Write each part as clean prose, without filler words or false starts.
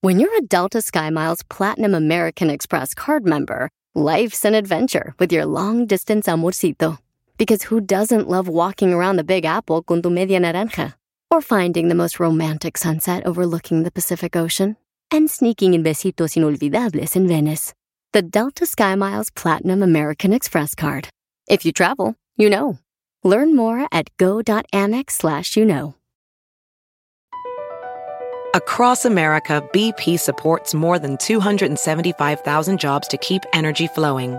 When you're a Delta SkyMiles Platinum American Express card member, life's an adventure with your long-distance amorcito. Because who doesn't love walking around the Big Apple con tu media naranja? Or finding the most romantic sunset overlooking the Pacific Ocean? And sneaking in besitos inolvidables in Venice. The Delta SkyMiles Platinum American Express card. If you travel, you know. Learn more at go.amex/you-know. Across America, BP supports more than 275,000 jobs to keep energy flowing.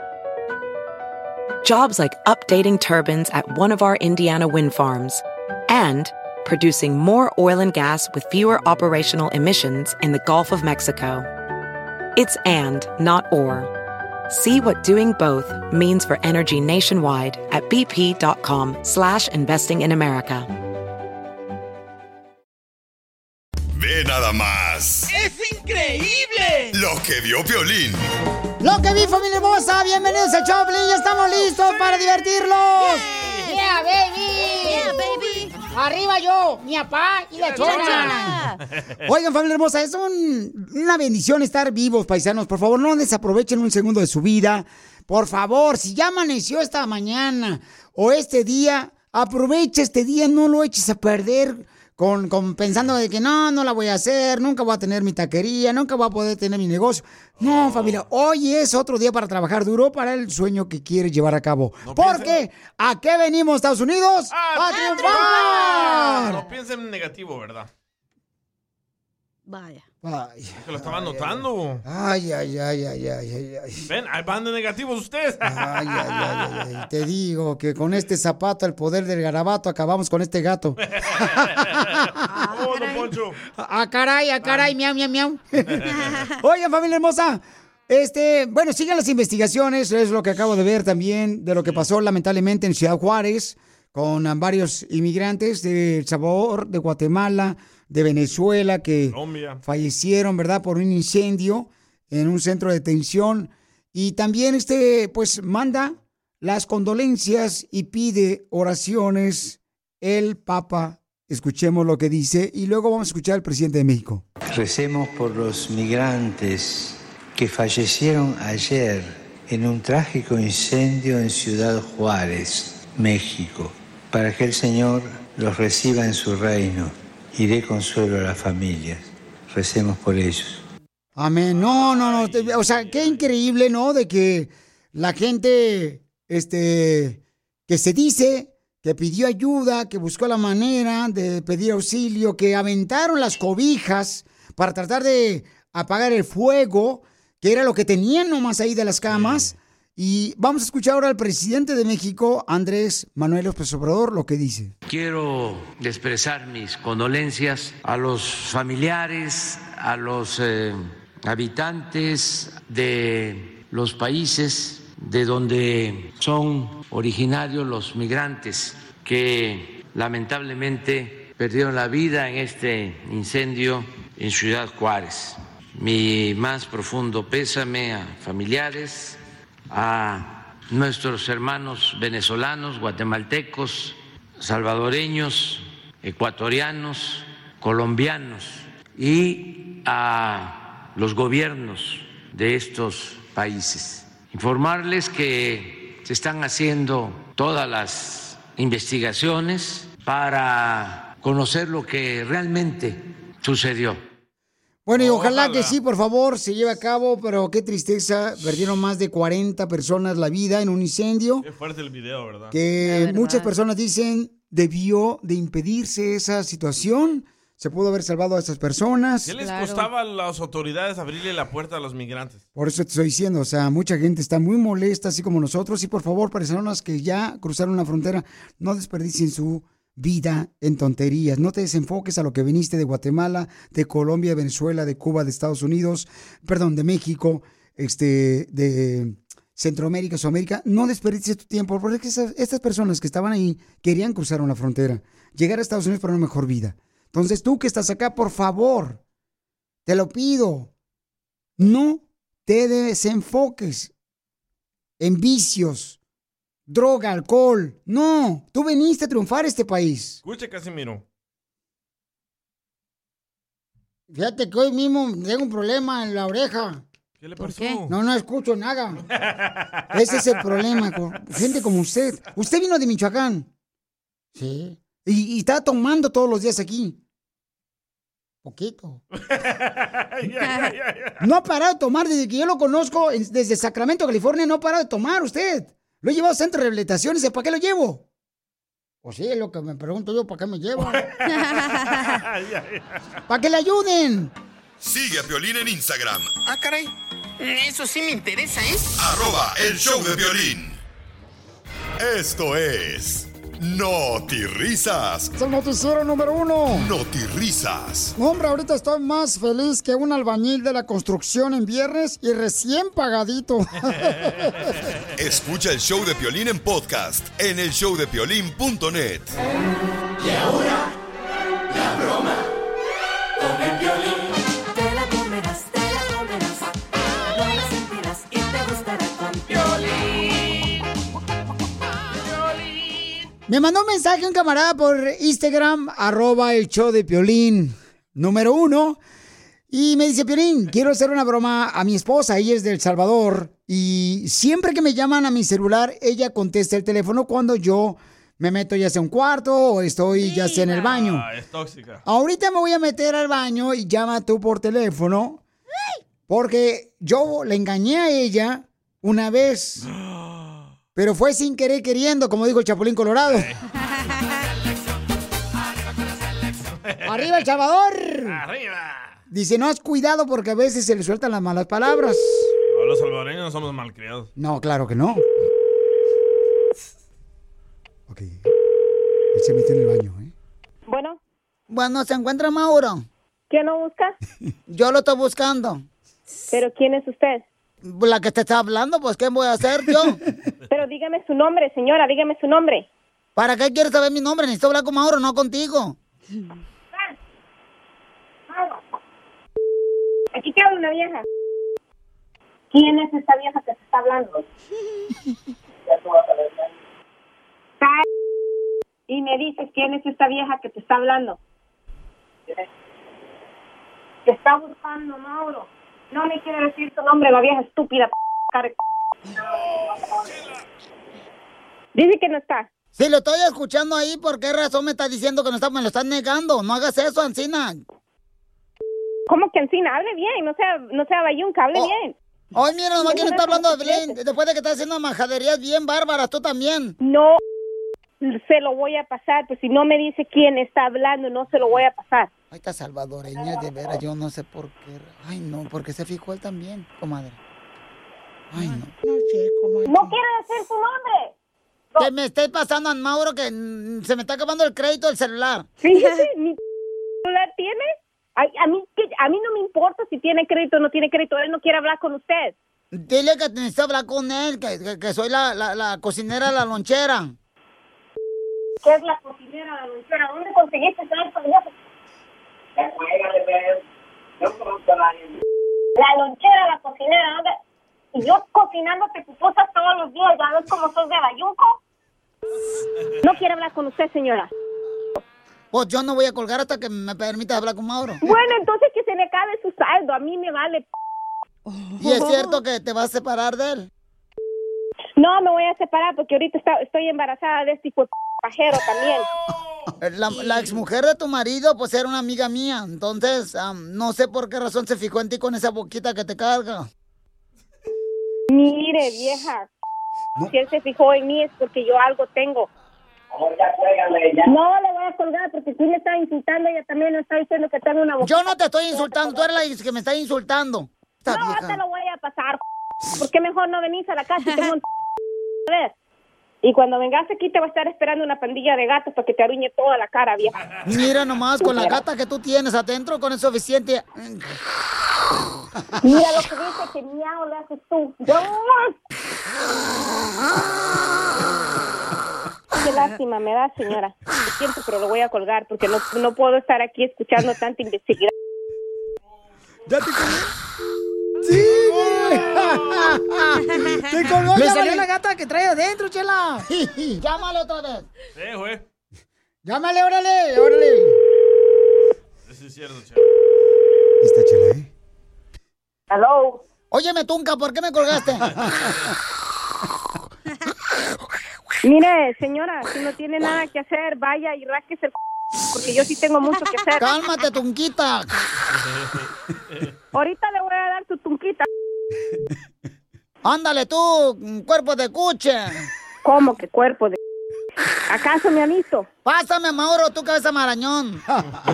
Jobs like updating turbines at one of our Indiana wind farms and producing more oil and gas with fewer operational emissions in the Gulf of Mexico. It's and, not or. See what doing both means for energy nationwide at bp.com/investing in America. Ve nada más. ¡Es increíble! Lo que vio Piolín. Lo que vi, familia hermosa. Bienvenidos a Choplin. Ya estamos listos para divertirlos. Yeah, baby. Yeah, baby. Arriba yo, mi papá y la chona. Oigan, familia hermosa, es una bendición estar vivos, paisanos. Por favor, no desaprovechen un segundo de su vida. Por favor, si ya amaneció esta mañana o este día, aprovecha este día, no lo eches a perder con pensando de que no la voy a hacer, nunca voy a tener mi taquería, nunca voy a poder tener mi negocio. No, familia, hoy es otro día para trabajar duro para el sueño que quieres llevar a cabo. Porque, ¿a qué venimos, Estados Unidos? ¡A triunfar! No piensen en negativo, ¿verdad? Vaya. Ay, es que lo estaba notando. Ay. Ven, ahí van de negativos ustedes. Ay. Te digo que con este zapato, el poder del garabato, acabamos con este gato. Oh, don Poncho. Caray, miau. Oigan, familia hermosa. Bueno, sigan las investigaciones, es lo que acabo de ver también, de lo que pasó lamentablemente en Ciudad Juárez, con varios inmigrantes de El Salvador, de Guatemala, de Venezuela, que Colombia. Fallecieron, ¿verdad?, por un incendio en un centro de detención. Y también pues manda las condolencias y pide oraciones el Papa. Escuchemos lo que dice y luego vamos a escuchar al presidente de México. Recemos por los migrantes que fallecieron ayer en un trágico incendio en Ciudad Juárez, México, para que el Señor los reciba en su reino y dé consuelo a las familias. Recemos por ellos. Amén. No. O sea, qué increíble, ¿no? De que la gente, que se dice que pidió ayuda, que buscó la manera de pedir auxilio, que aventaron las cobijas para tratar de apagar el fuego, que era lo que tenían nomás ahí de las camas. Y vamos a escuchar ahora al presidente de México, Andrés Manuel López Obrador, lo que dice. Quiero expresar mis condolencias a los familiares, a los habitantes de los países de donde son originarios los migrantes que lamentablemente perdieron la vida en este incendio en Ciudad Juárez. Mi más profundo pésame a familiares, a nuestros hermanos venezolanos, guatemaltecos, salvadoreños, ecuatorianos, colombianos y a los gobiernos de estos países. Informarles que se están haciendo todas las investigaciones para conocer lo que realmente sucedió. Bueno, y ojalá que sí, por favor, se lleve a cabo, pero qué tristeza, perdieron más de 40 personas la vida en un incendio. Qué fuerte el video, ¿verdad? Que muchas personas dicen, debió de impedirse esa situación, se pudo haber salvado a esas personas. ¿Qué les costaba a las autoridades abrirle la puerta a los migrantes? Por eso te estoy diciendo, o sea, mucha gente está muy molesta, así como nosotros, y por favor, personas que ya cruzaron la frontera, no desperdicien su vida en tonterías. No te desenfoques a lo que viniste de Guatemala, de Colombia, de Venezuela, de Cuba, de Estados Unidos, perdón, de México, de Centroamérica, Sudamérica. No desperdicies tu tiempo, porque estas personas que estaban ahí querían cruzar una frontera, llegar a Estados Unidos para una mejor vida. Entonces tú que estás acá, por favor, te lo pido, no te desenfoques en vicios, droga, alcohol. No, tú viniste a triunfar este país. Escuche, Casimiro. Fíjate que hoy mismo tengo un problema en la oreja. ¿Qué le ¿Por pasó? qué? No escucho nada. Ese es el problema con gente como usted. Usted vino de Michoacán. Sí. Y está tomando todos los días aquí. Poquito. No ha parado de tomar desde que yo lo conozco, desde Sacramento, California, no ha parado de tomar usted. Lo he llevado a centro de rehabilitación y dice, ¿para qué lo llevo? Pues sí, es lo que me pregunto yo, ¿para qué me llevo? ¡Para que le ayuden! Sigue a Piolín en Instagram. Ah, caray. Eso sí me interesa, ¿eh? @el show de Piolín. Esto es Notirrisas. Es el noticiero número 1. Notirrisas. Hombre, ahorita estoy más feliz que un albañil de la construcción en viernes y recién pagadito. Escucha el show de Piolín en podcast en elshowdepiolín.net. Y ahora, la broma con el Piolín. Te la comerás, no la sentirás y te gustará con Piolín. Me mandó un mensaje un camarada por Instagram, @el show de Piolín, número 1. Y me dice, Piolín, quiero hacer una broma a mi esposa, ella es de El Salvador. Y siempre que me llaman a mi celular, ella contesta el teléfono cuando yo me meto ya sea a un cuarto o estoy ya sea en el baño. Es tóxica. Ahorita me voy a meter al baño y llama tú por teléfono. Porque yo le engañé a ella una vez. Pero fue sin querer queriendo, como dijo el Chapulín Colorado. ¡Arriba El Salvador! ¡Arriba! Dice, no has cuidado porque a veces se le sueltan las malas palabras. No, los salvadoreños no somos malcriados. No, claro que no. Ok. Él se metió en el baño, ¿eh? Bueno, ¿se encuentra Mauro? ¿quién lo busca? Yo lo estoy buscando. ¿Pero quién es usted? La que te está hablando, pues, ¿qué voy a hacer yo? Pero dígame su nombre, señora, dígame su nombre. ¿Para qué quieres saber mi nombre? Necesito hablar con Mauro, no contigo. Aquí te habla una vieja. ¿Quién es esta vieja que te está hablando? Y me dices, ¿quién es esta vieja que te está hablando? Te está buscando, Mauro. No me quiere decir tu nombre, la vieja estúpida. Dice que no está. Si lo estoy escuchando ahí, ¿por qué razón me estás diciendo que no está? Me lo estás negando. No hagas eso, Ancina. ¿Cómo que encina? Hable bien, no sea bayunca, hable bien. Ay, mira, nomás que no está hablando bien. Después de que estás haciendo majaderías bien bárbaras, tú también. No se lo voy a pasar, pues si no me dice quién está hablando, no se lo voy a pasar. Ay, está salvadoreña, de veras, yo no sé por qué. Ay, no, porque se fijó él también, comadre. Ay, no. No sé, comadre. No quiere decir su nombre. Que me esté pasando a Mauro que se me está acabando el crédito del celular. Fíjese, ¿mi celular tiene? A mí no me importa si tiene crédito o no tiene crédito, él no quiere hablar con usted. Dile que necesito hablar con él, que soy la cocinera de la lonchera. ¿Qué es la cocinera de la lonchera? ¿Dónde conseguiste esa vieja? La lonchera, la cocinera, ¿dónde? Y yo cocinándote pupusas todos los días, ¿ya ves cómo sos de bayunco? No quiere hablar con usted, señora. Pues yo no voy a colgar hasta que me permitas hablar con Mauro. Bueno, entonces que se le acabe su saldo, a mí me vale. ¿Y es cierto que te vas a separar de él? No, me voy a separar porque ahorita estoy embarazada de este hijo de pajero también. La exmujer de tu marido, pues era una amiga mía. Entonces, no sé por qué razón se fijó en ti con esa boquita que te carga. Mire, vieja, si él se fijó en mí es porque yo algo tengo. No le voy a colgar porque tú me estás insultando, ella también me está diciendo que tengo una boquita. Yo no te estoy insultando, tú eres la que me está insultando. No, te lo voy a pasar, porque mejor no venís a la casa y te montas a ver. Y cuando vengas aquí te va a estar esperando una pandilla de gatos para que te aruñe toda la cara, vieja. Mira nomás, con la gata que tú tienes adentro, con eso suficiente. Mira lo que dice, que miau le haces tú. Qué lástima me da, señora. Lo siento, pero lo voy a colgar porque no puedo estar aquí escuchando tanta investigación. ¿Ya te colgué? ¡Sí, güey! ¡Te colgó! ¡Le salió la gata que trae adentro, chela! ¡Llámale otra vez! Sí, güey. ¡Llámale, órale! ¡Órale! Eso es cierto, chela. Chela, ¿eh? Hello. Óyeme, Tunca, ¿por qué me colgaste? Mire, señora, si no tiene nada que hacer, vaya y rasquese el porque yo sí tengo mucho que hacer. Cálmate, Tunquita. Ahorita le voy a dar tu tunquita. Ándale tú, cuerpo de cuche. ¿Cómo que cuerpo de... ¿Acaso me han visto? Pásame, Mauro, tu cabeza marañón.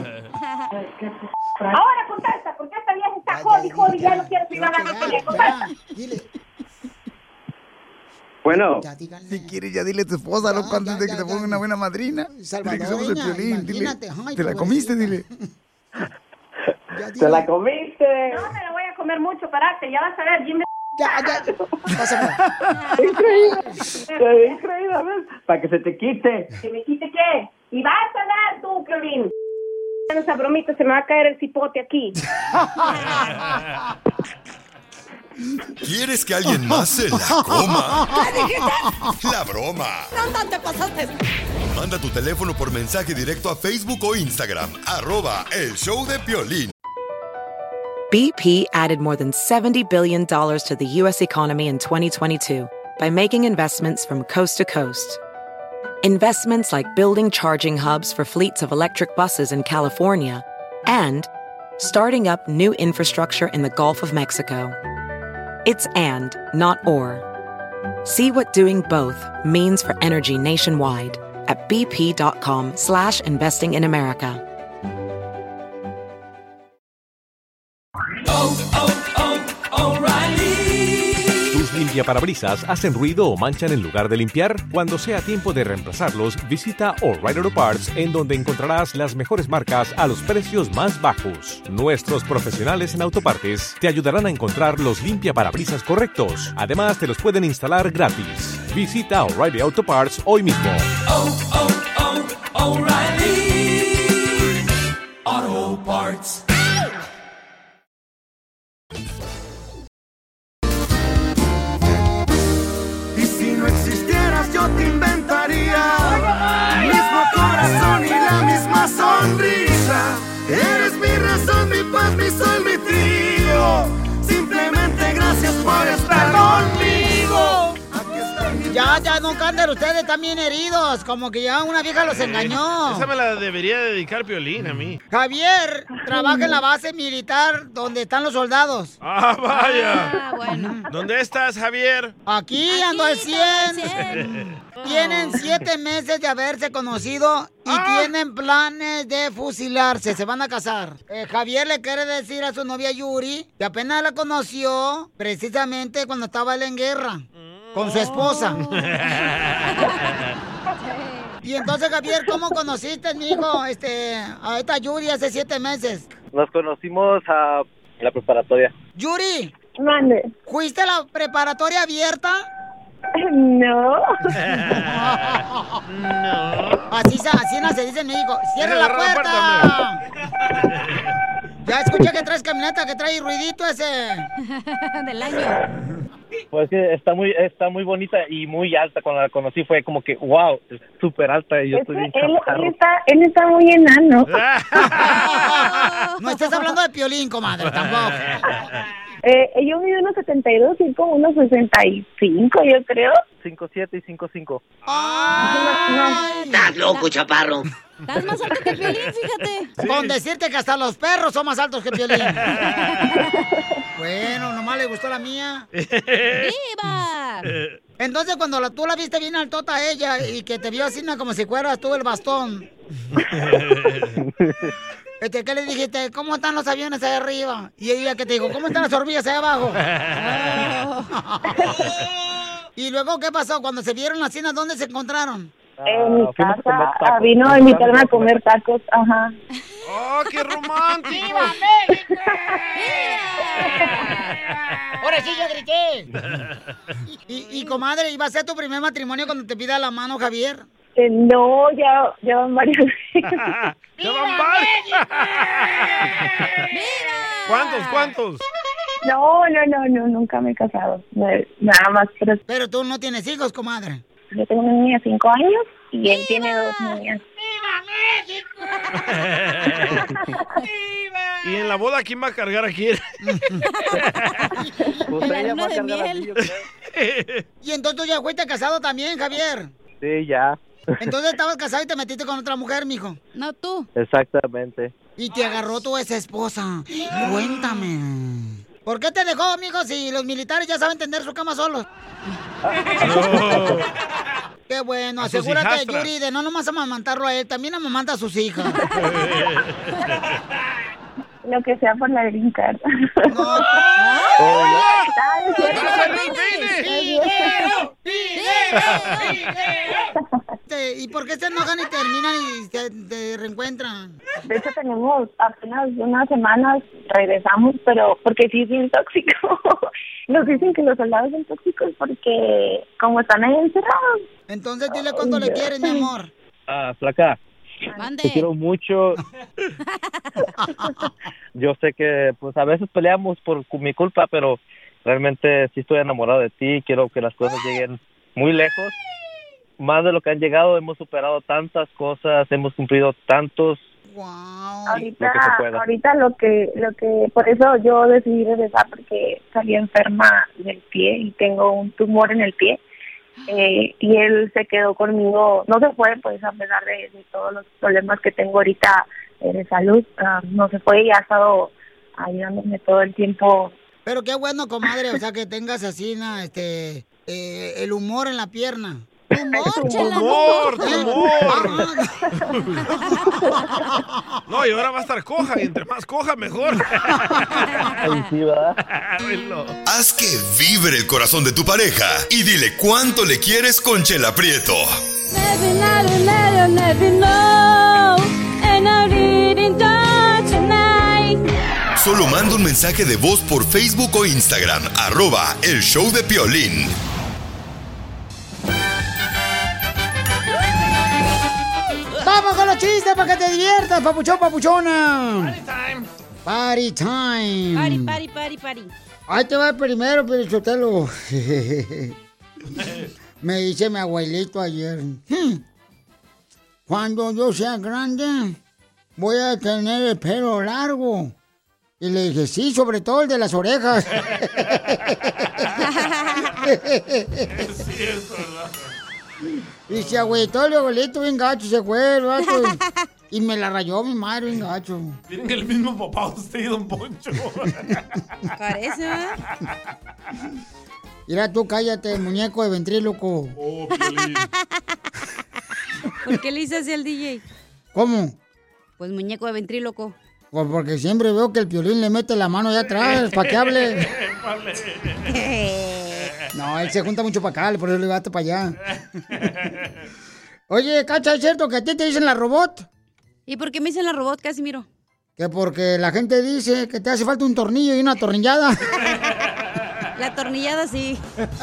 Ahora contesta, porque esta vieja está jodi, ya no quiero seguir hablando con ella. Contesta. Dile. Bueno. Si quieres, ya dile a tu esposa, loco, antes de que te ponga una buena madrina. Dile que somos el Piolín, dile. ¿Te la comiste? Dile. ¿Te la comiste? No me la voy a comer mucho, parate, ya vas a ver, Jimmy. Ya. Pásame. Increíble, a ver, para que se te quite. ¿Que me quite qué? Y vas a dar tú, Piolín. Esa bromita se me va a caer el cipote aquí. ¿Quieres que alguien más se la coma? ¿Qué dijiste? La broma. ¿Dónde te pasaste? Manda tu teléfono por mensaje directo a Facebook o Instagram, @El Show de Piolín. BP added more than $70 billion to the U.S. economy in 2022 by making investments from coast to coast. Investments like building charging hubs for fleets of electric buses in California and starting up new infrastructure in the Gulf of Mexico. It's and, not or. See what doing both means for energy nationwide at bp.com/investing in America. ¿Tus limpiaparabrisas hacen ruido o manchan en lugar de limpiar? Cuando sea tiempo de reemplazarlos, visita O'Reilly Auto Parts, en donde encontrarás las mejores marcas a los precios más bajos. Nuestros profesionales en autopartes te ayudarán a encontrar los limpiaparabrisas correctos. Además, te los pueden instalar gratis. Visita O'Reilly Auto Parts hoy mismo. O'Reilly Auto Parts. Y si no existieras yo te inventaría el mismo corazón y la misma sonrisa. Eres mi razón, mi paz, mi sol, mi trigo. Simplemente gracias por estar conmigo. Ya, no canten, ustedes están bien heridos. Como que ya una vieja los engañó. Esa me la debería dedicar Piolín a mí. Javier trabaja en la base militar donde están los soldados. ¡Ah, vaya! Ah, bueno. ¿Dónde estás, Javier? Aquí ando al 100. Tienen 7 meses de haberse conocido y tienen planes de fusilarse. Se van a casar. Javier le quiere decir a su novia Yuri que apenas la conoció precisamente cuando estaba él en guerra con su esposa. Y entonces, Javier, ¿cómo conociste, mijo, a esta Yuri hace 7 meses? Nos conocimos a la preparatoria. Yuri, mande. ¿Fuiste a la preparatoria abierta? No. Así no se dice en México. ¡Cierra la puerta! Ya escuché que traes camioneta, que trae ruidito ese. Del año. Pues que está muy bonita y muy alta. Cuando la conocí fue como que, wow, es súper alta y yo estoy bien chaparro. Él está muy enano. No estés hablando de Piolín, comadre, tampoco. Yo mido unos 72 y como unos 65, yo creo. 5'7" y 5'5". Estás loco, chaparro. Estás más alto que Piolín, fíjate. Sí. Con decirte que hasta los perros son más altos que Piolín. Bueno, nomás le gustó la mía. ¡Viva! Entonces, cuando tú la viste bien altota a ella y que te vio así como si fueras tú el bastón. ¿Qué le dijiste? ¿Cómo están los aviones ahí arriba? Y ella que te dijo, ¿cómo están las hormigas ahí abajo? ¿Y luego qué pasó? Cuando se vieron las cenas, ¿dónde se encontraron? En mi casa. Vino a invitarme a comer tacos. Ajá. ¡Oh, qué romántico! ¡Viva México! ¡Ahora sí yo grité! Y comadre, ¿iba a ser tu primer matrimonio cuando te pida la mano, Javier? No, ya van varias veces. ¡Ya van varias! ¿Cuántos? No, nunca me he casado. Nada más. Pero tú no tienes hijos, comadre. Yo tengo una niña de 5 años y él tiene 2 niñas. ¡Viva México! ¿Y en la boda quién va a cargar a quién? Pues La ella luna va a de cargar a miel. mí, yo creo. Y entonces tú ya fuiste casado también, Javier. Sí, ya. Entonces estabas casado y te metiste con otra mujer, mijo. No tú. Exactamente. Y te agarró tu ex esposa. Cuéntame. ¿Por qué te dejó, mijo, si los militares ya saben tender su cama solos? No. Qué bueno, A sus asegúrate, hijastras. Yuri, de no nomás amamantarlo a él, también amamanta a sus hijas. Lo que sea por la green card. ¿Y por qué se enojan y terminan y te reencuentran? De hecho, tenemos apenas unas semanas, regresamos, pero porque sí es bien tóxico. Nos dicen que los soldados son tóxicos porque como están ahí encerrados. Entonces dile cuánto le quieres, mi amor. Flaca, Mande. te quiero mucho. Yo sé que pues a veces peleamos por mi culpa, pero realmente sí estoy enamorado de ti. Quiero que las cosas lleguen muy lejos. Más de lo que han llegado, hemos superado tantas cosas, hemos cumplido tantos. Ahorita, Lo que se pueda. ahorita lo que, por eso yo decidí regresar porque salí enferma del pie y tengo un tumor en el pie. Y él se quedó conmigo, no se fue pues a pesar de todos los problemas que tengo ahorita de salud, no se fue y ha estado ayudándome todo el tiempo. Pero qué bueno, comadre, o sea, que tengas así, el humor en la pierna. ¡Humor, No, y ahora va a estar coja, y entre más coja, mejor. Haz que vibre el corazón de tu pareja y dile cuánto le quieres con Chela Prieto. Solo manda un mensaje de voz por Facebook o Instagram, @El Show de Piolín. ¡Vamos con los chistes para que te diviertas, papuchón, papuchona! Party time. Party. Ahí te va el primero, Pelichotelo. Me dice mi abuelito ayer. Cuando yo sea grande, voy a tener el pelo largo. Y le dije, sí, sobre todo el de las orejas. Es cierto, ¿verdad? Dice, abuelito, el abuelito bien gacho se fue, el vato. Y me la rayó mi madre bien gacho. Tienen el mismo papá usted y don Poncho. Parece, ¿eh? Mira tú, cállate, muñeco de ventríloco. Oh, Piolín. ¿Por qué le hice así al DJ? ¿Cómo? Pues muñeco de ventríloco. Pues porque siempre veo que el Piolín le mete la mano allá atrás para que hable. No, él se junta mucho para acá, por eso le bate para allá. Oye, Cacha, ¿es cierto que a ti te dicen la robot? ¿Y por qué me dicen la robot, Casimiro? Que porque la gente dice que te hace falta un tornillo y una atornillada. La atornillada sí.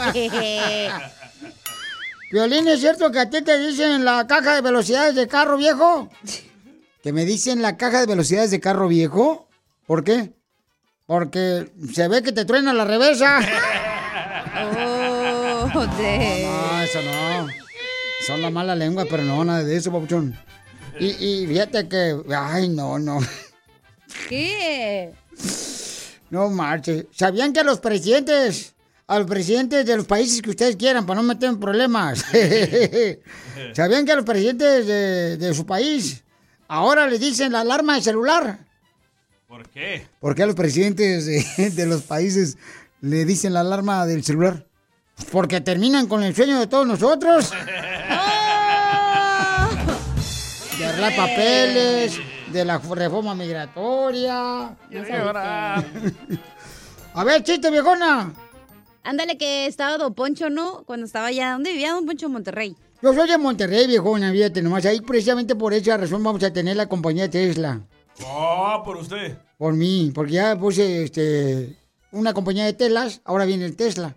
Piolín, ¿es cierto que a ti te dicen la caja de velocidades de carro viejo? ¿Que me dicen la caja de velocidades de carro viejo? ¿Por qué? Porque se ve que te truena la reversa. Oh, No, eso no. Son la mala lengua, pero no, nada de eso, papuchón. Y fíjate que... Ay, no. ¿Qué? No marche. ¿Sabían que a los presidentes de los países que ustedes quieran, para no meter en problemas, ¿sabían que a los presidentes de su país ahora les dicen la alarma de celular? ¿Por qué? ¿Por qué a los presidentes de los países le dicen la alarma del celular? Porque terminan con el sueño de todos nosotros. De arreglar papeles, de la reforma migratoria. A ver, chiste, viejona. Ándale, que estaba Don Poncho, ¿no? Cuando estaba allá. ¿Dónde vivía Don Poncho? En Monterrey. Yo soy de Monterrey, viejona, fíjate nomás. Ahí precisamente por esa razón vamos a tener la compañía Tesla. Oh, por usted. Por mí, porque ya puse una compañía de telas, ahora viene el Tesla.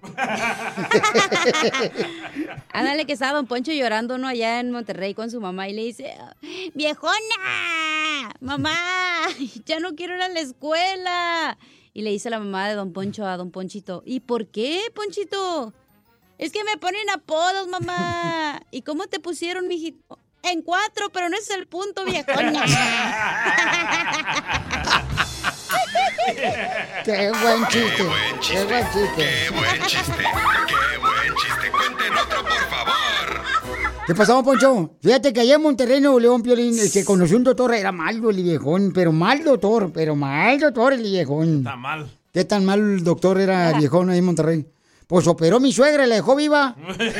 Ándale, que estaba Don Poncho llorando, ¿no? Allá en Monterrey con su mamá y le dice, viejona, mamá, ya no quiero ir a la escuela. Y le dice la mamá de Don Poncho a Don Ponchito, ¿y por qué, Ponchito? Es que me ponen apodos, mamá. ¿Y cómo te pusieron, mijito? en 4, pero no es el punto, viejona. ¡Qué buen chiste! ¡Qué buen chiste! ¡Qué buen chiste! ¡Qué buen chiste! ¡Qué buen chiste! ¡Cuenten otro, por favor! ¿Qué pasó, Poncho? Fíjate que allá en Monterrey, Nuevo León, Piolín, se conoció un doctor, era malo el viejón, pero mal doctor el viejón. Está mal. ¿Qué tan mal el doctor era el viejón ahí en Monterrey? Pues operó mi suegra y la dejó viva.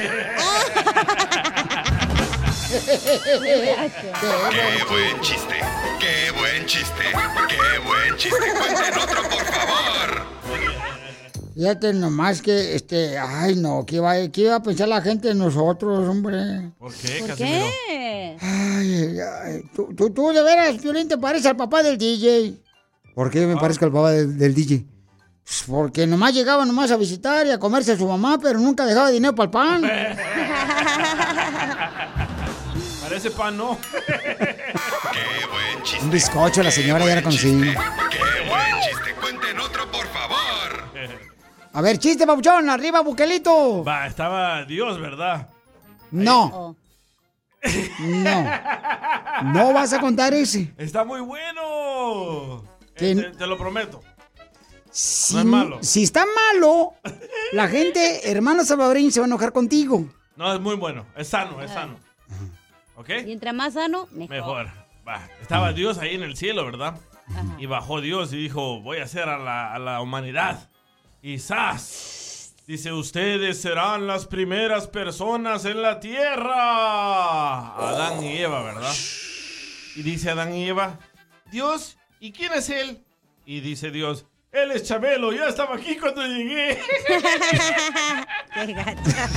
¡Qué buen chiste! ¡Qué buen chiste! ¡Qué buen chiste! ¡Cuenten otro, por favor! Fíjate nomás que, ay no, ¿qué iba a pensar la gente de nosotros, hombre? ¿Por qué, ¿Por Casimiro? qué? Ay, tú de veras, Piolín, te pareces al papá del DJ. ¿Por qué me parezco al papá del DJ? Pues porque nomás llegaba nomás a visitar y a comerse a su mamá, pero nunca dejaba dinero para el pan. Parece pan, ¿no? ¡Qué buen chiste! Un bizcocho, la señora ya la conocí. ¡Qué buen chiste! ¡Cuenten otro, por favor! A ver, chiste, papuchón, arriba, Buquelito. Va, estaba Dios, ¿verdad? No. No. No vas a contar ese. Está muy bueno. ¿Qué? Te lo prometo. Si, No es malo. Si está malo, la gente, hermano salvadoreño, se va a enojar contigo. No, es muy bueno. Es sano, es sano. ¿Ok? Y entre más sano, Mejor. Va. Estaba Dios ahí en el cielo, ¿verdad? Y bajó Dios y dijo, voy a hacer a la humanidad. Y ¡zas! Dice, ustedes serán las primeras personas en la tierra. Adán y Eva, ¿verdad? Y dice Adán y Eva, Dios, ¿y quién es él? Y dice Dios, él es Chabelo, ya estaba aquí cuando llegué. Qué gacha.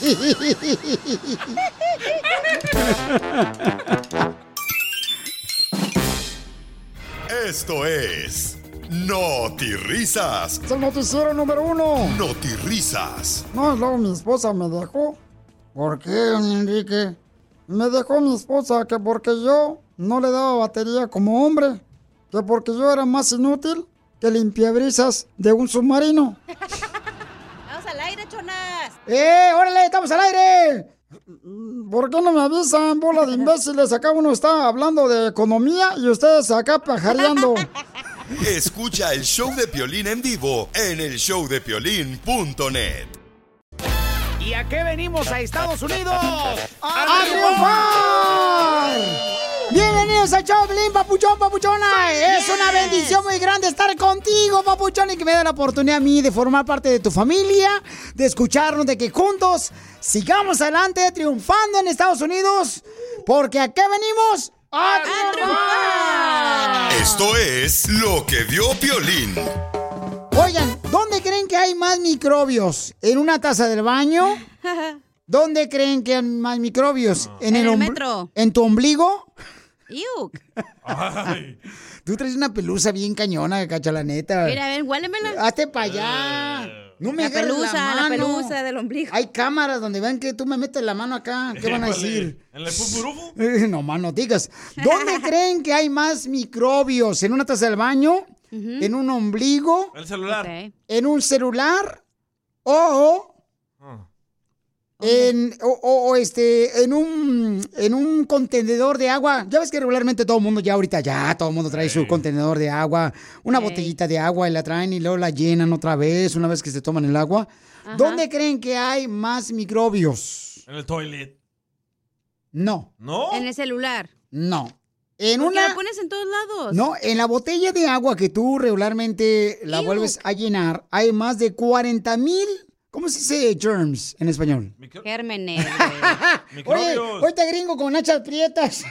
Esto es Notirrisas. Es el noticiero número 1. Notirrisas. No, luego mi esposa me dejó. ¿Por qué, don Enrique? Me dejó mi esposa que porque yo no le daba batería como hombre. Que porque yo era más inútil que limpiabrisas de un submarino. Vamos al aire, chonas. ¡Órale! ¡Estamos al aire! ¿Por qué no me avisan, bola de imbéciles? Acá uno está hablando de economía y ustedes acá pajareando. Escucha el show de Piolín en vivo en el showdepiolín.net. ¿Y a qué venimos a Estados Unidos? ¡A triunfar! Bienvenidos al show, Piolín, papuchón, papuchona. Es una bendición muy grande estar contigo, papuchón, y que me da la oportunidad a mí de formar parte de tu familia, de escucharnos, de que juntos sigamos adelante triunfando en Estados Unidos, porque ¿a qué venimos? ¡A triunfar! Esto es lo que vio Piolín. Oigan, ¿dónde creen que hay más microbios? ¿En una taza del baño? ¿Dónde creen que hay más microbios? En el metro. ¿En tu ombligo? ¡Iu! Tú traes una pelusa bien cañona, cacha, la neta. Mira, ven, huélemela. Hazte para allá. No me La agarres pelusa, la la mano. pelusa del ombligo. Hay cámaras donde vean que tú me metes la mano acá. ¿Qué van a decir? ¿En el pupurufo? No más no digas. ¿Dónde creen que hay más microbios? ¿En una taza del baño? ¿En un ombligo? El celular. Okay. ¿En un celular? ¿O en un contenedor de agua? Ya ves que regularmente todo el mundo todo el mundo trae su contenedor de agua, una botellita de agua y la traen y luego la llenan otra vez una vez que se toman el agua. Ajá. ¿Dónde creen que hay más microbios? En el toilet. No. ¿No? En el celular. No. ¿Por qué la pones en todos lados? No, en la botella de agua que tú regularmente la vuelves a llenar, hay más de 40,000, ¿cómo se dice germs en español? Gérmenes. Oye, hoy te gringo con nachas prietas.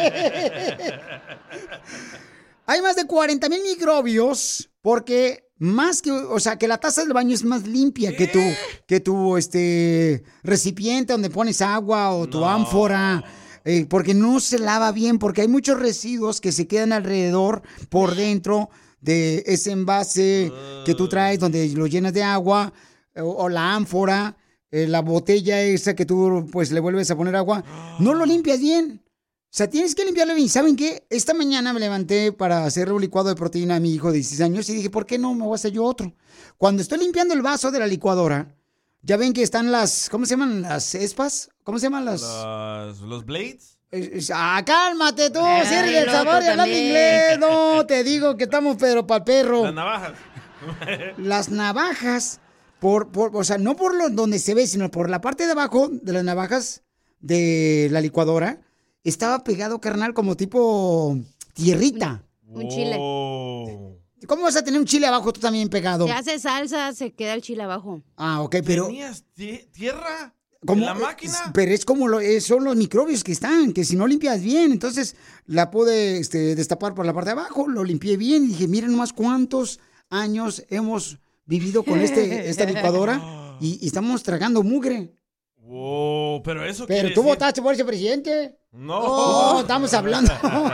Hay más de 40,000 microbios porque más que, o sea, que la taza del baño es más limpia que tu recipiente donde pones agua o tu ánfora. Porque no se lava bien, porque hay muchos residuos que se quedan alrededor, por dentro de ese envase que tú traes, donde lo llenas de agua, o la ánfora, la botella esa que tú pues le vuelves a poner agua, no lo limpias bien. O sea, tienes que limpiarlo bien. ¿Saben qué? Esta mañana me levanté para hacerle un licuado de proteína a mi hijo de 16 años y dije, ¿por qué no me voy a hacer yo otro? Cuando estoy limpiando el vaso de la licuadora, ya ven que están las, ¿cómo se llaman? Las espas. ¿Cómo se llaman las? ¿Los blades? Cálmate tú, si eres del sabor y hablando inglés. No, te digo que estamos pero para el perro. Las navajas. Las navajas, o sea, no por donde se ve, sino por la parte de abajo de las navajas de la licuadora, estaba pegado, carnal, como tipo tierrita. Un chile. ¿Cómo vas a tener un chile abajo tú también pegado? Se hace salsa, se queda el chile abajo. Ah, ok, pero... ¿Tenías tierra ¿cómo? en la máquina? Pero es como son los microbios que están, que si no limpias bien, entonces la pude destapar por la parte de abajo, lo limpié bien y dije, miren nomás cuántos años hemos vivido con esta licuadora y estamos tragando mugre. Wow, pero eso Pero tú votaste por ese presidente. No. Estamos hablando.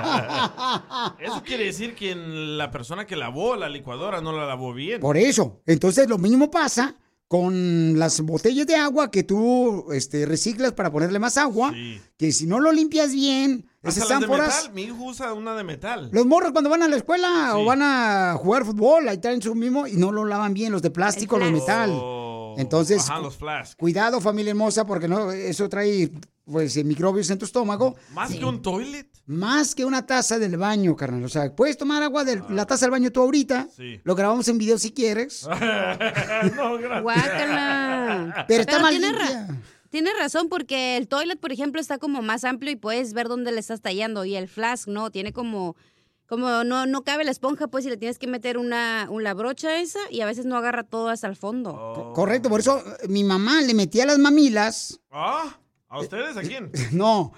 Eso quiere decir que la persona que lavó la licuadora no la lavó bien. Por eso. Entonces lo mismo pasa con las botellas de agua que tú reciclas para ponerle más agua, que si no lo limpias bien, esas Hasta las de ánforas... metal. Mi hijo usa una de metal. Los morros cuando van a la escuela o van a jugar fútbol, ahí traen su mismo y no lo lavan bien, los de plástico, los de metal. Entonces, Ajá, los flasks. cuidado, familia hermosa, porque no, eso trae microbios en tu estómago. ¿Más que un toilet? Más que una taza del baño, carnal. O sea, puedes tomar agua de la taza del baño tú ahorita. Sí. Lo grabamos en video si quieres. No, gracias. Guácala. Pero está mal tienes limpia. Tienes razón, porque el toilet, por ejemplo, está como más amplio y puedes ver dónde le estás tallando. Y el flask no, tiene como no cabe la esponja, pues, y le tienes que meter una brocha esa y a veces no agarra todo hasta el fondo. Correcto, por eso mi mamá le metía las mamilas. ¿Ah? ¿A ustedes? ¿A quién? No,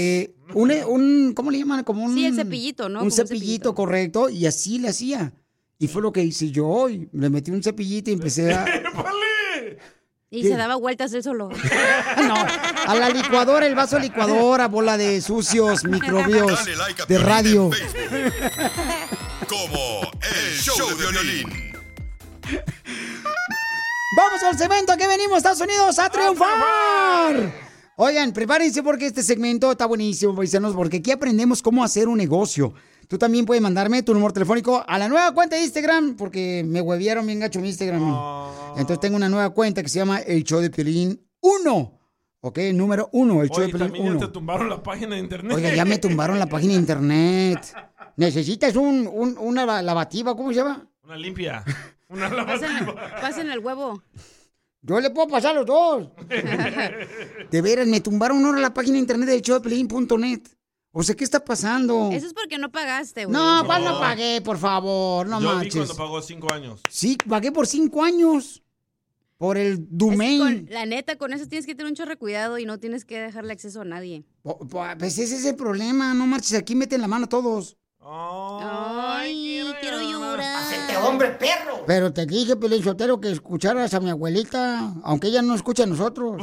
¿cómo le llaman? Como Sí, el cepillito, ¿no? Un Como cepillito, correcto, y así le hacía. Y fue lo que hice yo, y le metí un cepillito y empecé a... Y ¿Qué? se daba vueltas él solo. No, a la licuadora, el vaso licuadora, bola de sucios microbios Dale like a de Piolín radio. en Facebook. Como El Show de Piolín. Vamos al segmento que venimos, Estados Unidos, a triunfar. Oigan, prepárense porque este segmento está buenísimo, paisanos, porque aquí aprendemos cómo hacer un negocio. Tú también puedes mandarme tu número telefónico a la nueva cuenta de Instagram, porque me huevearon bien gacho mi Instagram. Entonces tengo una nueva cuenta que se llama El Show de Piolín 1. Ok, número 1, El Show de Piolín también 1. ya te tumbaron la página de internet. Oiga, ya me tumbaron la página de internet. ¿Necesitas una lavativa? ¿Cómo se llama? Una limpia. Una lavativa. Pasen el huevo. Yo le puedo pasar los dos. De veras, me tumbaron ahora la página de internet del showdepiolín.net. O sea, ¿qué está pasando? Eso es porque no pagaste, güey. No, pues no pagué, por favor, no Yo vi manches. cuando pagó 5 años. Sí, pagué por 5 años. Por el domain. La neta, con eso tienes que tener un chorro de cuidado y no tienes que dejarle acceso a nadie. Pues ese es el problema, no marches, aquí meten la mano todos. Ay, quiero llorar. ¡Hacete hombre, perro! Pero te dije, Piolín Sotelo, que escucharas a mi abuelita, aunque ella no escucha a nosotros.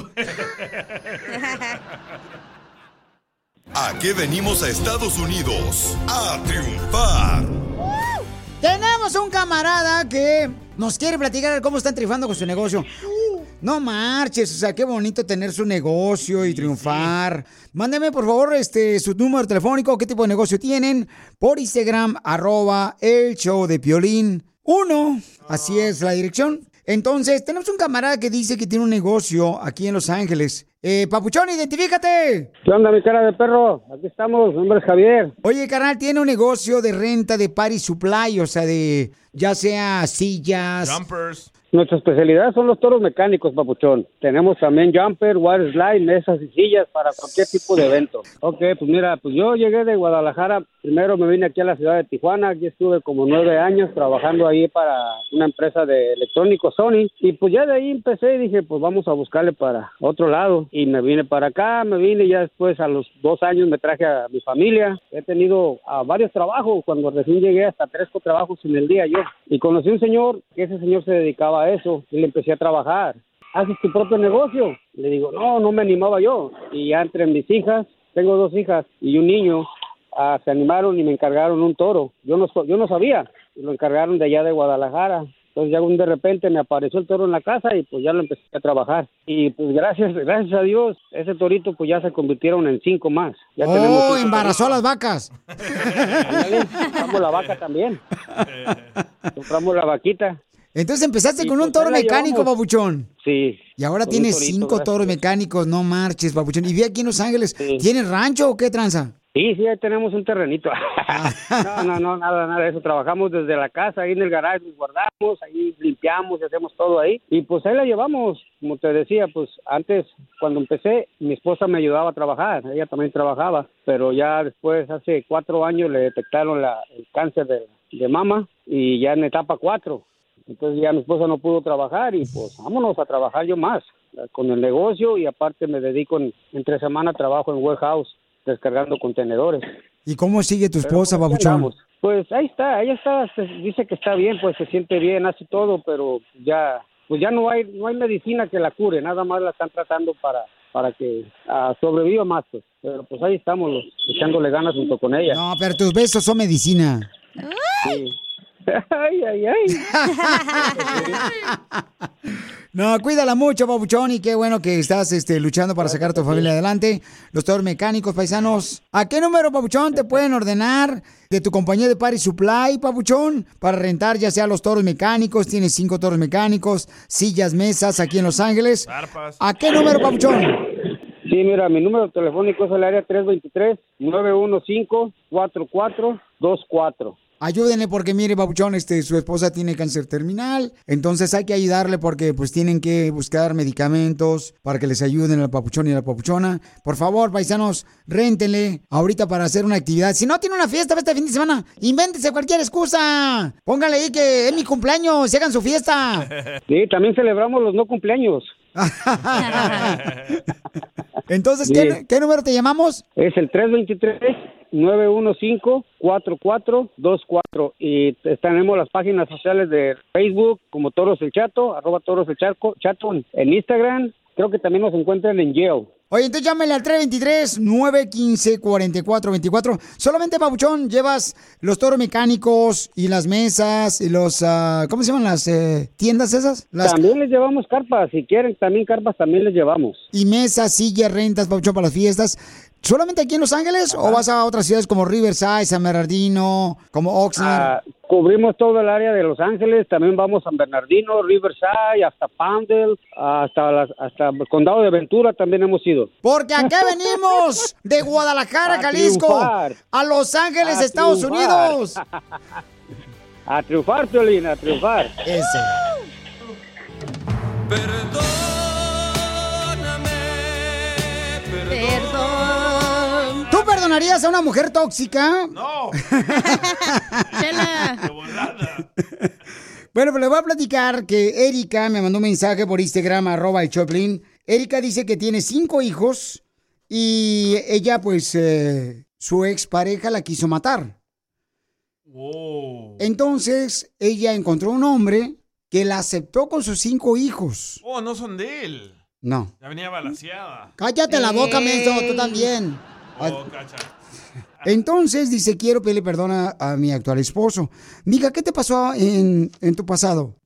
¿A qué venimos a Estados Unidos? ¡A triunfar! Tenemos un camarada que nos quiere platicar cómo están triunfando con su negocio. No marches, o sea, qué bonito tener su negocio y triunfar. Mándeme, por favor, su número telefónico, qué tipo de negocio tienen, por Instagram, @el show de Piolín 1. Así es la dirección. Entonces, tenemos un camarada que dice que tiene un negocio aquí en Los Ángeles. Papuchón, identifícate. ¿Qué onda, mi cara de perro? Aquí estamos, mi nombre es Javier. Oye, carnal, tiene un negocio de renta de party supply, o sea, de ya sea sillas. Jumpers. Nuestra especialidad son los toros mecánicos, papuchón. Tenemos también jumper, water slide, mesas y sillas para cualquier tipo de evento. Ok, pues mira, pues yo llegué de Guadalajara. Primero me vine aquí a la ciudad de Tijuana. Aquí estuve como 9 años trabajando ahí para una empresa de electrónicos Sony. Y pues ya de ahí empecé y dije, pues vamos a buscarle para otro lado. Y me vine para acá, y ya después a los 2 años me traje a mi familia. He tenido varios trabajos. Cuando recién llegué, hasta 3 trabajos en el día yo. Y conocí a un señor, que ese señor se dedicaba a eso, y le empecé a trabajar. ¿Haces tu propio negocio? Le digo, no me animaba yo. Y ya entre mis hijas, tengo 2 hijas y un niño, se animaron y me encargaron un toro. Yo no sabía, y lo encargaron de allá de Guadalajara. Entonces ya de repente me apareció el toro en la casa y pues ya lo empecé a trabajar. Y pues gracias a Dios, ese torito pues ya se convirtieron en 5 más. Ya tenemos 5 embarazó a las vacas. Ándale, compramos la vaca también. Compramos la vaquita. Entonces empezaste Y con un pues toro ahí la mecánico, llevamos. papuchón. Sí. Y ahora Con un tienes torito, 5 gracias. toros mecánicos, no marches, papuchón. Y vi aquí en Los Ángeles, ¿tienes rancho o qué tranza? Sí, ahí tenemos un terrenito. No, nada de eso. Trabajamos desde la casa, ahí en el garaje, nos guardamos, ahí limpiamos y hacemos todo ahí. Y pues ahí la llevamos, como te decía, pues antes, cuando empecé, mi esposa me ayudaba a trabajar, ella también trabajaba, pero ya después, hace 4 años, le detectaron el cáncer de mama y ya en etapa 4. Entonces ya mi esposa no pudo trabajar y pues vámonos a trabajar yo más con el negocio y aparte me dedico entre semana trabajo en warehouse descargando contenedores. ¿Y cómo sigue tu esposa, Pero, pues, papuchón? andamos. Pues ahí está, ella está, dice que está bien, pues se siente bien, hace todo, pero ya no hay medicina que la cure, nada más la están tratando para que sobreviva más, pues. Pero pues ahí estamos, echándole ganas junto con ella. No, pero tus besos son medicina. Sí. Ay. No, cuídala mucho, papuchón, y qué bueno que estás luchando para sacar a tu familia adelante. Los toros mecánicos, paisanos. ¿A qué número, papuchón, te pueden ordenar de tu compañía de Party Supply, papuchón, para rentar ya sea los toros mecánicos? Tienes 5 toros mecánicos, sillas, mesas aquí en Los Ángeles. ¿A qué número, papuchón? Sí, mira, mi número telefónico es el área 323-915-4424. Ayúdenle porque, mire, papuchón, su esposa tiene cáncer terminal, entonces hay que ayudarle porque pues tienen que buscar medicamentos para que les ayuden al papuchón y a la papuchona. Por favor, paisanos, réntenle ahorita para hacer una actividad. Si no tiene una fiesta este fin de semana, invéntese cualquier excusa. Póngale ahí que es mi cumpleaños y hagan su fiesta. Sí, también celebramos los no cumpleaños. Entonces, Sí. ¿qué número te llamamos? Es el 323-915-4424 y tenemos las páginas sociales de Facebook como Toros el Chato, @Toros el Chato, en Instagram. Creo que también nos encuentran en Yale. Oye, entonces llámele al 323-915-4424. Solamente, papuchón, llevas los toros mecánicos y las mesas y los, ¿cómo se llaman las tiendas esas? También les llevamos carpas, si quieren también carpas también les llevamos. Y mesas, sillas, rentas, papuchón, para las fiestas. ¿Solamente aquí en Los Ángeles o vas a otras ciudades como Riverside, San Bernardino, como Oxnard? Cubrimos todo el área de Los Ángeles, también vamos a San Bernardino, Riverside, hasta Poundale, hasta el condado de Ventura también hemos ido. Porque acá venimos de Guadalajara, A Jalisco, triunfar. a Los Ángeles, A Estados triunfar. Unidos. A triunfar, Piolín, a triunfar. Ese. Perdón. ¿Tú perdonarías a una mujer tóxica? No. Chela. Bueno, pues le voy a platicar que Erika me mandó un mensaje por Instagram, @el Choplin. Erika dice que tiene 5 hijos y ella, pues, su expareja la quiso matar. Wow. Entonces, ella encontró un hombre que la aceptó con sus 5 hijos. Oh, no son de él. No. Ya venía balaseada. Cállate la boca, menso, tú también. Oh, cacha. Entonces, dice, quiero pedirle perdón a mi actual esposo. Mija, ¿qué te pasó en tu pasado?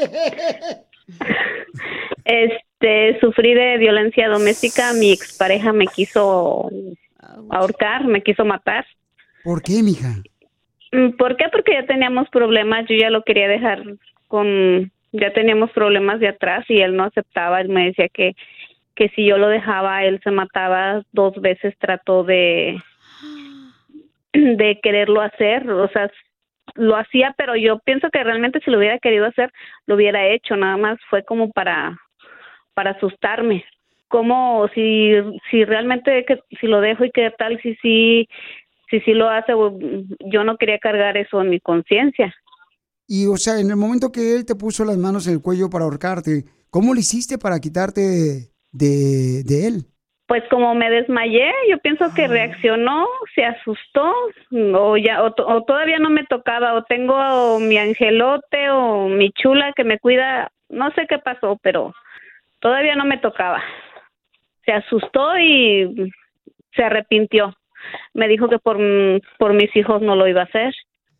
Sufrí de violencia doméstica. Mi expareja me quiso ahorcar, me quiso matar. ¿Por qué, mija? ¿Por qué? Porque ya teníamos problemas. Yo ya lo quería dejar ya teníamos problemas de atrás y él no aceptaba. Él me decía que si yo lo dejaba, él se mataba. 2 veces trató de quererlo hacer. O sea, lo hacía, pero yo pienso que realmente si lo hubiera querido hacer, lo hubiera hecho. Nada más fue como para asustarme. Como si realmente, si lo dejo y qué tal, si lo hace, yo no quería cargar eso en mi conciencia. Y, o sea, en el momento que él te puso las manos en el cuello para ahorcarte, ¿cómo le hiciste para quitarte de él? Pues como me desmayé, yo pienso que reaccionó, se asustó, o todavía no me tocaba, o tengo mi angelote o mi chula que me cuida, no sé qué pasó, pero todavía no me tocaba. Se asustó y se arrepintió. Me dijo que por mis hijos no lo iba a hacer.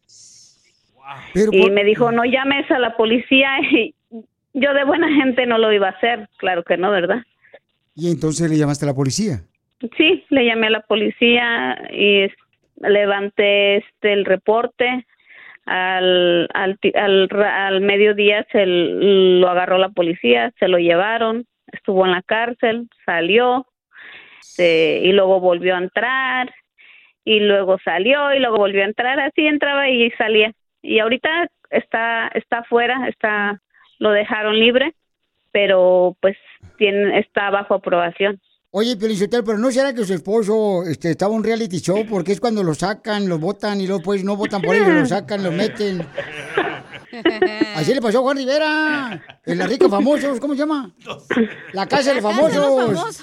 Y me dijo, no llames a la policía. Y yo de buena gente no lo iba a hacer, claro que no, ¿verdad? Y entonces le llamaste a la policía. Sí, le llamé a la policía y levanté el reporte. Al mediodía lo agarró la policía, se lo llevaron, estuvo en la cárcel, salió, y luego volvió a entrar, y luego salió, y luego volvió a entrar, así entraba y salía. Y ahorita está afuera, lo dejaron libre, pero pues está bajo aprobación. Oye, Piolichotelo, pero ¿no será que su esposo estaba en un reality show? Porque es cuando lo sacan, lo botan y luego pues no votan por ellos, lo sacan, lo meten. Así le pasó a Juan Rivera, en La Rica Famosos, ¿cómo se llama? La Casa de los Famosos.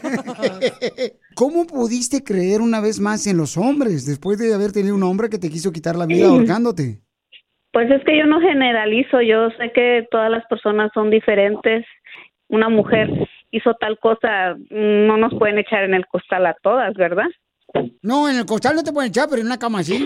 ¿Cómo pudiste creer una vez más en los hombres después de haber tenido un hombre que te quiso quitar la vida ahorcándote? Pues es que yo no generalizo, yo sé que todas las personas son diferentes. Una mujer hizo tal cosa, no nos pueden echar en el costal a todas, ¿verdad? No, en el costal no te pueden echar, pero en una cama sí.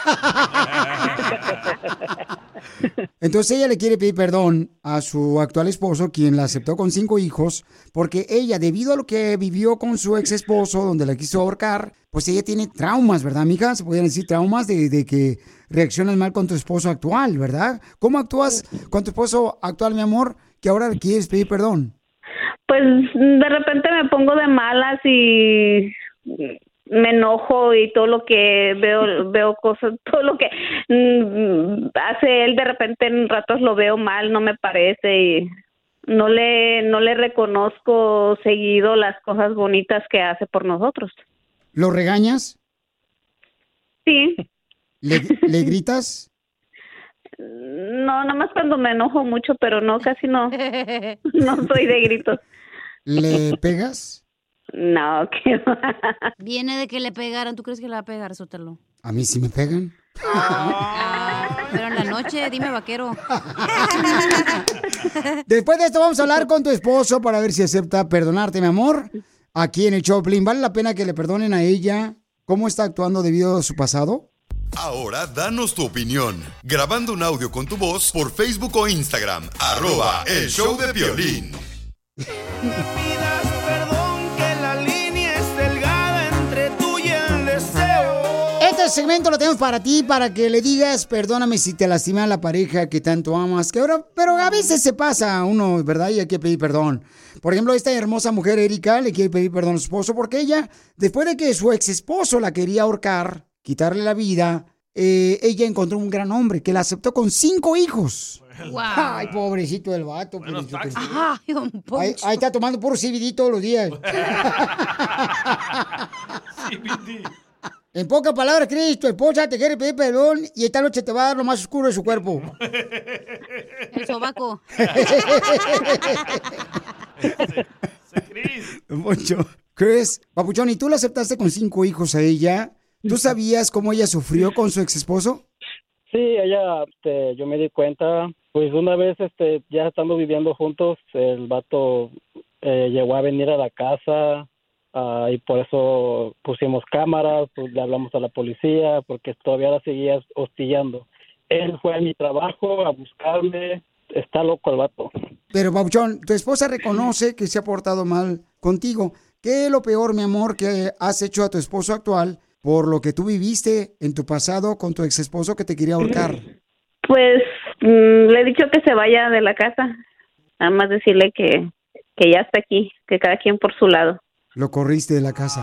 Entonces ella le quiere pedir perdón a su actual esposo, quien la aceptó con 5 hijos, porque ella, debido a lo que vivió con su ex esposo, donde la quiso ahorcar, pues ella tiene traumas, ¿verdad, mija? Se podrían decir traumas de que reaccionas mal con tu esposo actual, ¿verdad? ¿Cómo actúas con tu esposo actual, mi amor, que ahora le quieres pedir perdón? Pues de repente me pongo de malas y me enojo y todo lo que veo cosas, todo lo que hace él, de repente en ratos lo veo mal, no me parece, y no le reconozco seguido las cosas bonitas que hace por nosotros. ¿Lo regañas? Sí. ¿Le gritas? No, nada más cuando me enojo mucho, pero no, casi no. No soy de gritos. ¿Le pegas? No, que Viene de que le pegaron. ¿Tú crees que le va a pegar, Sotelo? ¿A mí sí me pegan? Pero en la noche, dime, vaquero. Después de esto vamos a hablar con tu esposo para ver si acepta perdonarte, mi amor. Aquí en el Choplin, ¿vale la pena que le perdonen a ella cómo está actuando debido a su pasado? Ahora danos tu opinión, grabando un audio con tu voz por Facebook o Instagram, @El Show de Piolín. Este segmento lo tenemos para ti, para que le digas, perdóname si te lastima la pareja que tanto amas, que ahora, pero a veces se pasa a uno, ¿verdad? Y hay que pedir perdón. Por ejemplo, esta hermosa mujer, Erika, le quiere pedir perdón a su esposo porque ella, después de que su ex esposo la quería ahorcar, quitarle la vida, ella encontró un gran hombre que la aceptó con 5 hijos. Wow. Ay, pobrecito del vato. Ay, don Poncho. Ahí está tomando puro CBD todos los días. En pocas palabras, Cristo, esposa te quiere pedir perdón y esta noche te va a dar lo más oscuro de su cuerpo. El sobaco. Chris, papuchón, ¿y tú la aceptaste con 5 hijos a ella? ¿Tú sabías cómo ella sufrió con su ex esposo? Sí, ella, yo me di cuenta, pues una vez, ya estando viviendo juntos, el vato llegó a venir a la casa, y por eso pusimos cámaras, pues le hablamos a la policía, porque todavía la seguía hostigando. Él fue a mi trabajo a buscarme, está loco el vato. Pero, papuchón, tu esposa reconoce que se ha portado mal contigo. ¿Qué es lo peor, mi amor, que has hecho a tu esposo actual por lo que tú viviste en tu pasado con tu ex esposo que te quería ahorcar? Pues le he dicho que se vaya de la casa. Nada más decirle que ya está aquí, que cada quien por su lado. Lo corriste de la casa.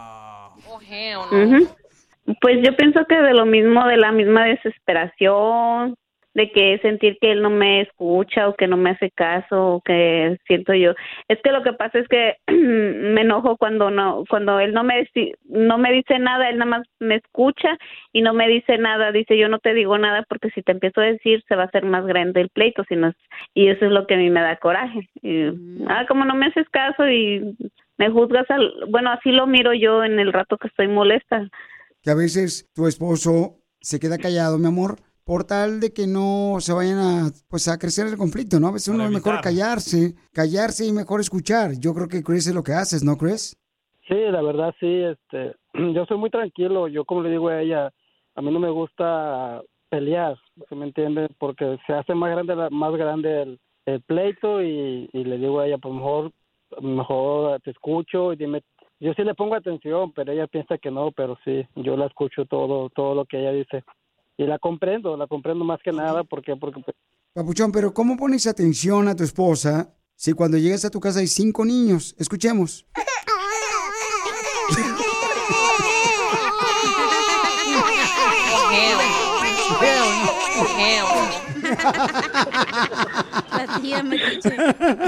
Ujú. Pues yo pienso que de lo mismo, de la misma desesperación, de que sentir que él no me escucha o que no me hace caso, o que siento yo. Es que lo que pasa es que me enojo cuando él no me dice nada, él nada más me escucha y no me dice nada, dice yo no te digo nada porque si te empiezo a decir se va a hacer más grande el pleito, y eso es lo que a mí me da coraje. Y, como no me haces caso y me juzgas, bueno, así lo miro yo en el rato que estoy molesta. Que a veces tu esposo se queda callado, mi amor, por tal de que no se vayan a crecer el conflicto, ¿no? A veces uno es mejor callarse y mejor escuchar. Yo creo que Chris es lo que haces, ¿no, Chris? Sí, la verdad sí, yo soy muy tranquilo, yo como le digo a ella, a mí no me gusta pelear, ¿se me entiende? Porque se hace más grande el pleito y le digo a ella, pues mejor te escucho y dime. Yo sí le pongo atención, pero ella piensa que no, pero sí, yo la escucho todo lo que ella dice. la comprendo más que nada porque pues, Papuchón, pero ¿cómo pones atención a tu esposa si cuando llegas a tu casa hay 5 niños? Escuchemos. La tía metiche.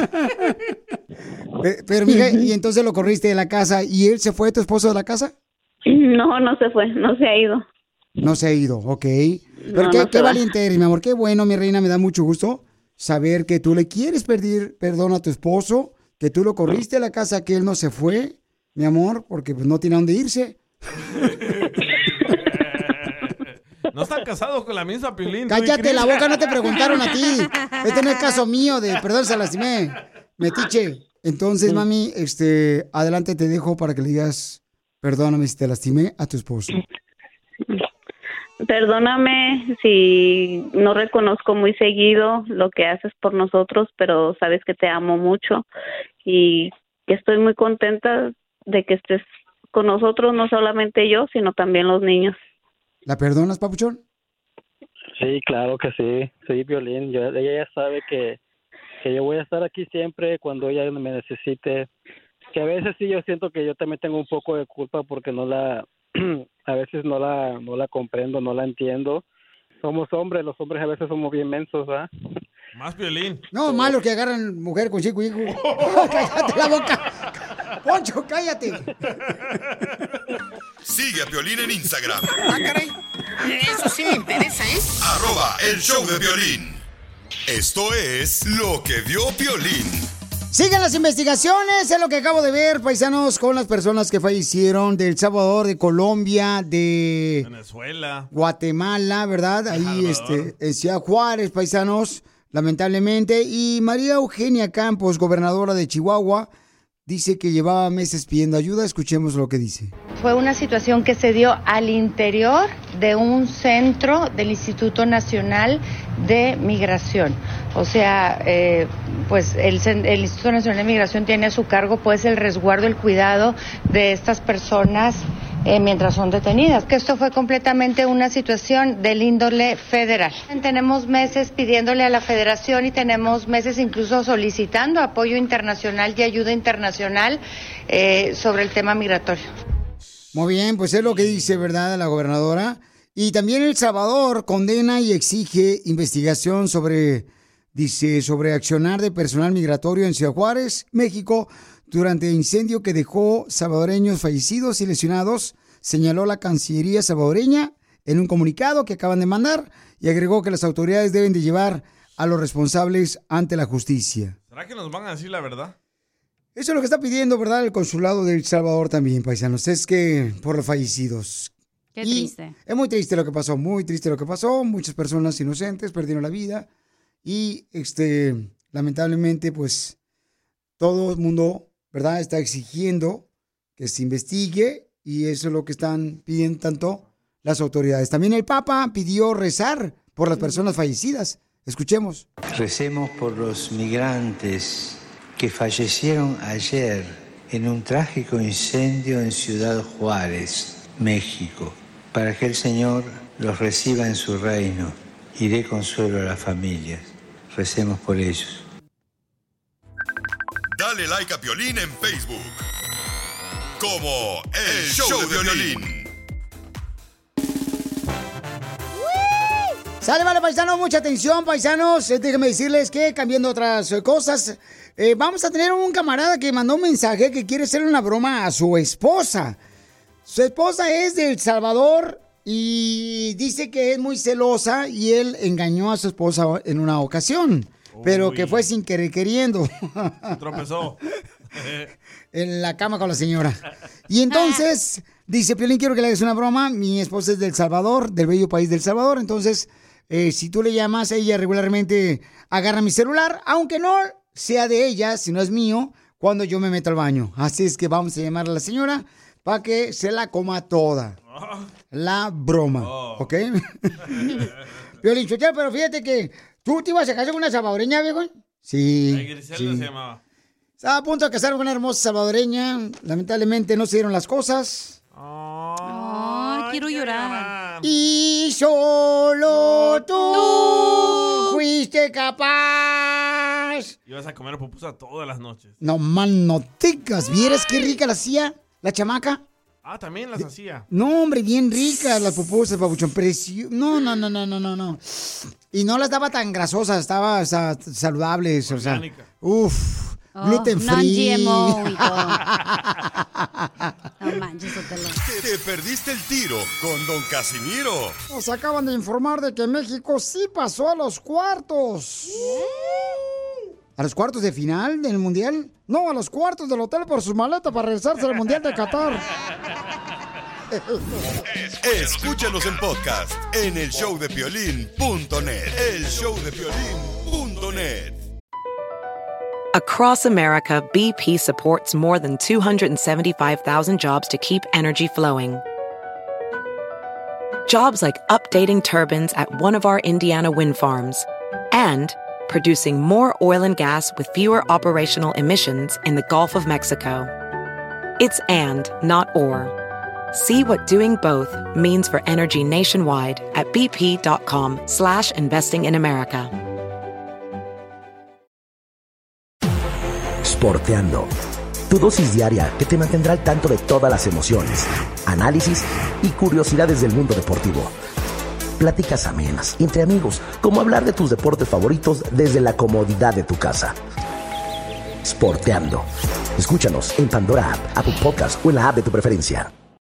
Pero, mija, ¿y entonces lo corriste de la casa y él se fue, tu esposo, de la casa? No, no se fue, no se ha ido. No se ha ido, ok. Pero No, qué, no se qué va. valiente eres, mi amor. Qué bueno, mi reina, me da mucho gusto saber que tú le quieres pedir perdón a tu esposo, que tú lo corriste de la casa, que él no se fue, mi amor, porque pues no tiene a dónde irse. No están casados con la misma Piolín. tú y Cállate Cris. la boca, no te preguntaron a ti. Este no es caso mío de perdón, se lastimé. Metiche. Entonces, mami, adelante te dejo para que le digas perdóname si te lastimé a tu esposo. Perdóname si no reconozco muy seguido lo que haces por nosotros, pero sabes que te amo mucho y que estoy muy contenta de que estés con nosotros, no solamente yo, sino también los niños. ¿La perdonas, papuchón? sí, claro que sí, Violín, ella ya sabe que yo voy a estar aquí siempre cuando ella me necesite, que a veces sí yo siento que yo también tengo un poco de culpa porque a veces no la comprendo, no la entiendo. Somos hombres, los hombres a veces somos bien mensos, ¿verdad? Más Piolín. No, malo que agarran mujer con 5 hijos. ¡Cállate la boca! ¡Poncho, cállate! Sigue a Piolín en Instagram. Ah, caray. Eso sí me interesa, ¿eh? @el show de Piolín. Esto es lo que vio Piolín. Sigan las investigaciones, es lo que acabo de ver, paisanos, con las personas que fallecieron de El Salvador, de Colombia, de Venezuela. Guatemala, ¿verdad? Ahí, en Ciudad Juárez, paisanos, lamentablemente. Y María Eugenia Campos, gobernadora de Chihuahua, dice que llevaba meses pidiendo ayuda. Escuchemos lo que dice. Fue una situación que se dio al interior de un centro del Instituto Nacional de Migración. O sea, pues el Instituto Nacional de Migración tiene a su cargo pues el resguardo, el cuidado de estas personas mientras son detenidas. Que esto fue completamente una situación del índole federal. Tenemos meses pidiéndole a la federación y tenemos meses incluso solicitando apoyo internacional y ayuda internacional sobre el tema migratorio. Muy bien, pues es lo que dice, ¿verdad?, la gobernadora. Y también El Salvador condena y exige investigación sobre accionar de personal migratorio en Ciudad Juárez, México, durante el incendio que dejó salvadoreños fallecidos y lesionados, señaló la Cancillería salvadoreña en un comunicado que acaban de mandar y agregó que las autoridades deben de llevar a los responsables ante la justicia. ¿Será que nos van a decir la verdad? Eso es lo que está pidiendo, ¿verdad?, el consulado de El Salvador también, paisanos, es que por los fallecidos. Qué Y triste. es muy triste lo que pasó, muy triste lo que pasó. Muchas personas inocentes perdieron la vida y, lamentablemente, pues, todo el mundo, ¿verdad?, está exigiendo que se investigue y eso es lo que están pidiendo tanto las autoridades. También el Papa pidió rezar por las personas fallecidas. Escuchemos. Recemos por los migrantes que fallecieron ayer en un trágico incendio en Ciudad Juárez, México, para que el Señor los reciba en su reino y dé consuelo a las familias. Recemos por ellos. Dale like a Piolín en Facebook. Como El Show de Piolín. Sale, vale, paisanos, mucha atención, paisanos. Déjenme decirles que, cambiando otras cosas, vamos a tener un camarada que mandó un mensaje que quiere hacerle una broma a su esposa. Su esposa es de El Salvador y dice que es muy celosa y él engañó a su esposa en una ocasión, pero que fue sin querer queriendo. Tropezó. En la cama con la señora. Y entonces, dice, Piolín, quiero que le hagas una broma. Mi esposa es de El Salvador, del bello país del Salvador. Entonces, si tú le llamas, ella regularmente agarra mi celular, aunque no sea de ella, si no es mío, cuando yo me meto al baño. Así es que vamos a llamar a la señora para que se la coma toda. La broma, ¿ok? Piolín, pero fíjate que tú te ibas a casar con una salvadoreña, viejo. Sí. Griselda se llamaba. Estaba a punto de casar con una hermosa salvadoreña. Lamentablemente no se dieron las cosas. Ay, quiero llorar. Y solo tú fuiste capaz. Ibas a comer pupusa todas las noches. No man, no ticas. ¿Vieras qué rica la hacía la chamaca? Ah, también las hacía. No, hombre, bien ricas las pupusas, papuchón. No. Y no las daba tan grasosas, estaba saludables, o sea. Uf, gluten free. Non-GMO y todo. No manches, Sotelo. Te perdiste el tiro con Don Casimiro. Nos acaban de informar de que México sí pasó a los cuartos. ¿A los cuartos de final del Mundial? No, a los cuartos del hotel por su maleta para regresarse al Mundial de Qatar. Escúchanos en podcast en elshowdepiolín.net. elshowdepiolín.net. Across America, BP supports more than 275,000 jobs to keep energy flowing. Jobs like updating turbines at one of our Indiana wind farms and producing more oil and gas with fewer operational emissions in the Gulf of Mexico. It's and, not or. See what doing both means for energy nationwide at bp.com/investing in America. Sporteando. Tu dosis diaria que te mantendrá al tanto de todas las emociones, análisis y curiosidades del mundo deportivo. Pláticas amenas entre amigos, como hablar de tus deportes favoritos desde la comodidad de tu casa. Sporteando. Escúchanos en Pandora App, Apple Podcast o en la app de tu preferencia.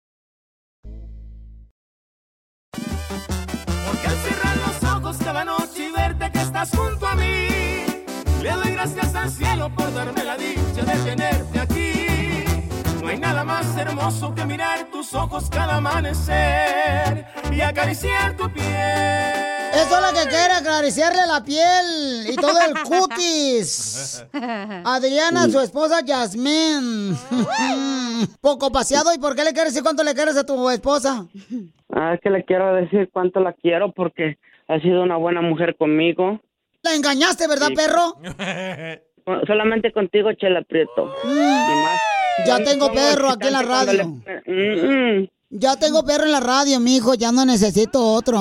Porque al cerrar los ojos cada noche y verte que estás junto a mí, le doy gracias al cielo por darme la dicha de tenerte aquí. No hay nada más hermoso que mirar tus ojos cada amanecer y acariciar tu piel. Eso es lo que quiere, acariciarle la piel y todo el cutis. Adriana, su esposa Yasmín. Poco paseado, ¿y por qué le quieres decir cuánto le quieres a tu esposa? Es que le quiero decir cuánto la quiero porque ha sido una buena mujer conmigo. La engañaste, ¿verdad, Sí. perro? Solamente contigo, Chela Prieto. Ya tengo perro aquí en la radio. Ya tengo perro en la radio, mijo, ya no necesito otro.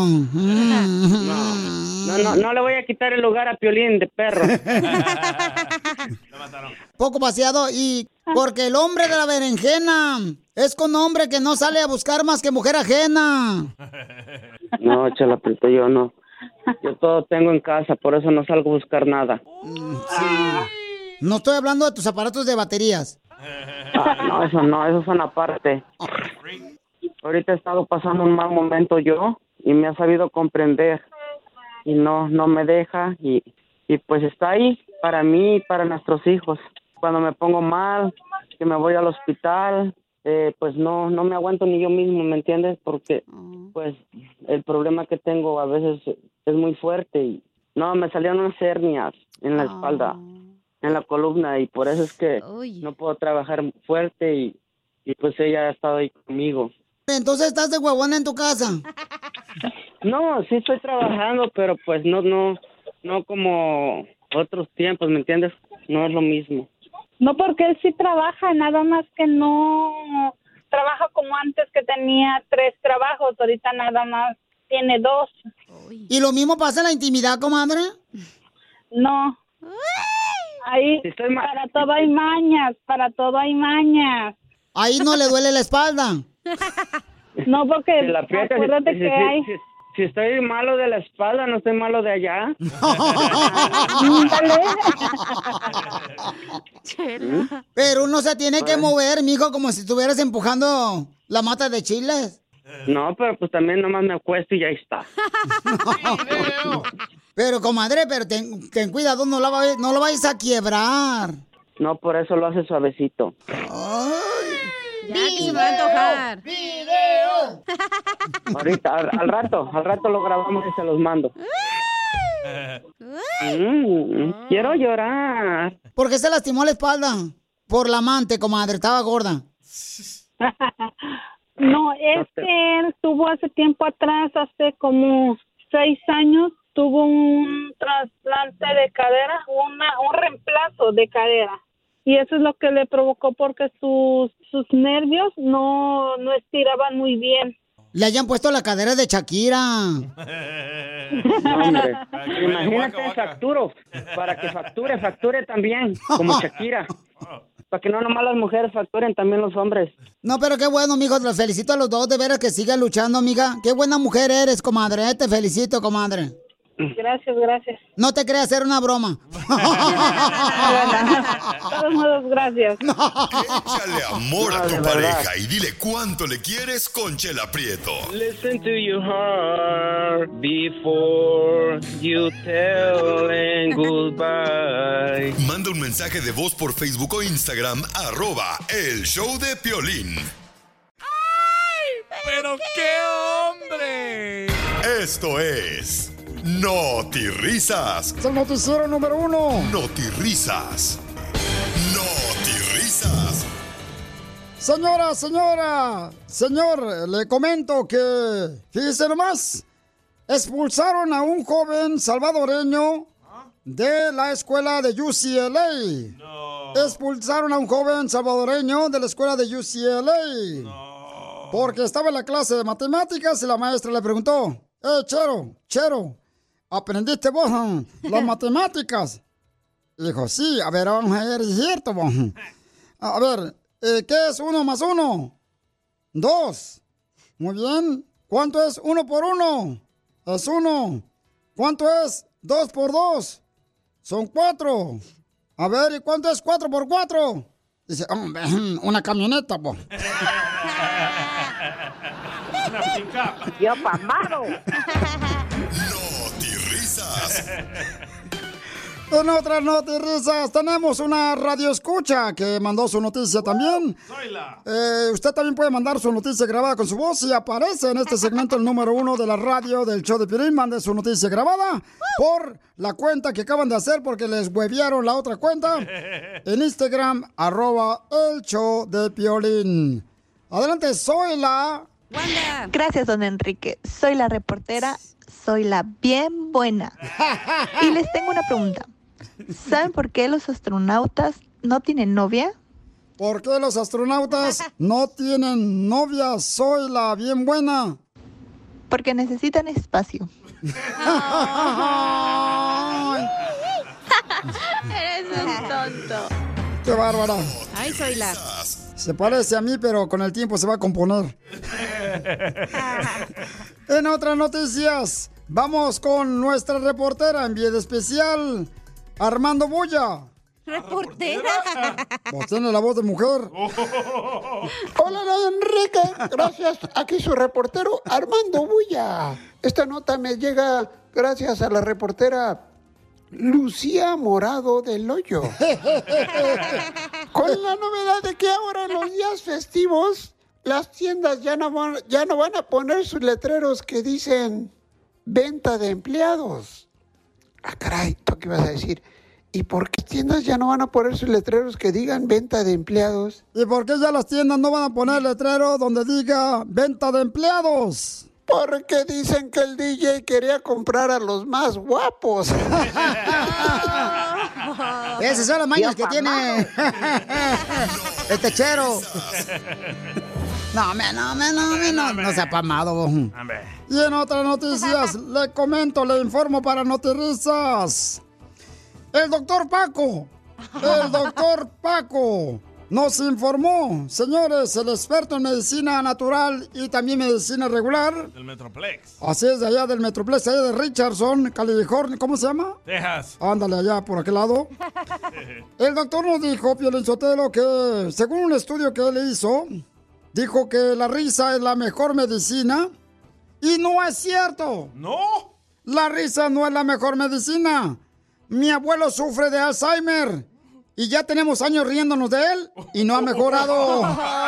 No le voy a quitar el lugar a Piolín de perro. Poco paseado y porque el hombre de la berenjena es con hombre que no sale a buscar más que mujer ajena. No, Chela Prieto, yo no. Yo todo tengo en casa, por eso no salgo a buscar nada. No estoy hablando de tus aparatos de baterías. No, esos son aparte. Ahorita he estado pasando un mal momento yo y me ha sabido comprender y no me deja y pues está ahí para mí y para nuestros hijos. Cuando me pongo mal, que me voy al hospital, pues no me aguanto ni yo mismo, ¿me entiendes? Porque pues el problema que tengo a veces es muy fuerte y me salieron unas hernias en la espalda, en la columna y por eso es que no puedo trabajar fuerte y pues ella ha estado ahí conmigo. Entonces estás de huevona en tu casa. No, sí estoy trabajando, pero pues no como otros tiempos, ¿me entiendes? No es lo mismo. No, porque él sí trabaja, nada más que no trabaja como antes, que tenía 3 trabajos, ahorita nada más tiene 2. ¿Y lo mismo pasa en la intimidad, comadre? No. Ahí, para todo hay mañas, Ahí no le duele la espalda. No, porque Si la aprieta, acuérdate que hay... Si estoy malo de la espalda, no estoy malo de allá. Pero uno se tiene que mover, mijo, como si estuvieras empujando la mata de chiles. No, pero pues también nomás me acuesto y ya está. Pero, comadre, ten cuidado, no lo vayas a quiebrar. No, por eso lo hace suavecito. Ya, que se me va a antojar. ¡Video! Ahorita, al rato lo grabamos y se los mando. Quiero llorar. ¿Por qué se lastimó la espalda? Por la amante, comadre, estaba gorda. No, es que él tuvo hace tiempo atrás, hace como 6 años, tuvo un trasplante de cadera, un reemplazo de cadera. Y eso es lo que le provocó porque sus nervios no estiraban muy bien. le hayan puesto la cadera de Shakira. No, hombre. Imagínate el facturo. Para que facture también, como Shakira. Para que no nomás las mujeres facturen, también los hombres. No, pero qué bueno, mijo. Los felicito a los dos. De veras que sigan luchando, amiga. Qué buena mujer eres, comadre. Te felicito, comadre. Gracias, gracias. No te creas, era una broma. De todos modos, gracias. Échale amor a tu pareja y dile cuánto le quieres con Chela Prieto. Listen to your heart before you tell them goodbye. Manda un mensaje de voz por Facebook o Instagram, @El Show de Piolín. ¡Pero qué hombre! Esto es Notirrisas. Es el noticiero número 1. Notirrisas. Notirrisas. Señora, señor, le comento que, fíjese nomás, expulsaron a un joven salvadoreño de la escuela de UCLA. Expulsaron a un joven salvadoreño de la escuela de UCLA. Porque estaba en la clase de matemáticas y la maestra le preguntó, Chero, ¿aprendiste vos las matemáticas? Y dijo, sí, a ver, vamos a ver, es cierto vos. A ver, ¿qué es 1 más 1? 2. Muy bien. ¿Cuánto es 1 por 1? Es 1. ¿Cuánto es 2 por 2? Son 4. A ver, ¿y cuánto es 4 por 4? Dice, una camioneta, vos. ¡Yo pamado! Notirrisas. En otras notirrisas tenemos una radioescucha que mandó su noticia también. Usted también puede mandar su noticia grabada con su voz y aparece en este segmento el número 1 de la radio del show de Piolín. Mande su noticia grabada por la cuenta que acaban de hacer porque les huevearon la otra cuenta. En Instagram, @El Show de Piolín. Adelante, Zoila. Gracias, don Enrique. Soy la reportera, soy la bien buena. Y les tengo una pregunta. ¿Saben por qué los astronautas no tienen novia? ¿Por qué los astronautas no tienen novia? Soy la bien buena. Porque necesitan espacio. Eres un tonto. ¡Qué bárbara! Ay, soy la... Se parece a mí, pero con el tiempo se va a componer. En otras noticias, vamos con nuestra reportera en vía especial, Armando Bulla. ¿Reportera? Pues tiene la voz de mujer. Hola, Enrique. Gracias. Aquí su reportero, Armando Bulla. Esta nota me llega gracias a la reportera Lucía Morado del Hoyo. Con la novedad de que ahora en los días festivos las tiendas ya no van a poner sus letreros que dicen venta de empleados. Ah, caray, ¿tú qué vas a decir? ¿Y por qué tiendas ya no van a poner sus letreros que digan venta de empleados? ¿Y por qué ya las tiendas no van a poner letrero donde diga venta de empleados? Porque dicen que el DJ quería comprar a los más guapos. Esas son las mañas que tiene este Chero. No se ha pamado. Y en otras noticias, le comento, le informo para Notirrisas. El doctor Paco nos informó, señores, el experto en medicina natural y también medicina regular. Del Metroplex. Así es, de allá del Metroplex, allá de Richardson, California, ¿cómo se llama? Texas. Ándale, allá, por aquel lado. El doctor nos dijo, Piolín Sotelo, que según un estudio que él hizo, dijo que la risa es la mejor medicina. Y no es cierto. ¿No? La risa no es la mejor medicina. Mi abuelo sufre de Alzheimer. Y ya tenemos años riéndonos de él y no ha mejorado.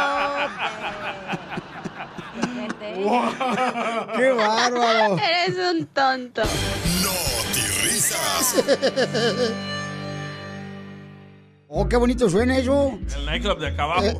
¡Qué bárbaro! Eres un tonto. Notirrisas. Oh, qué bonito suena eso. El nightclub de acá abajo.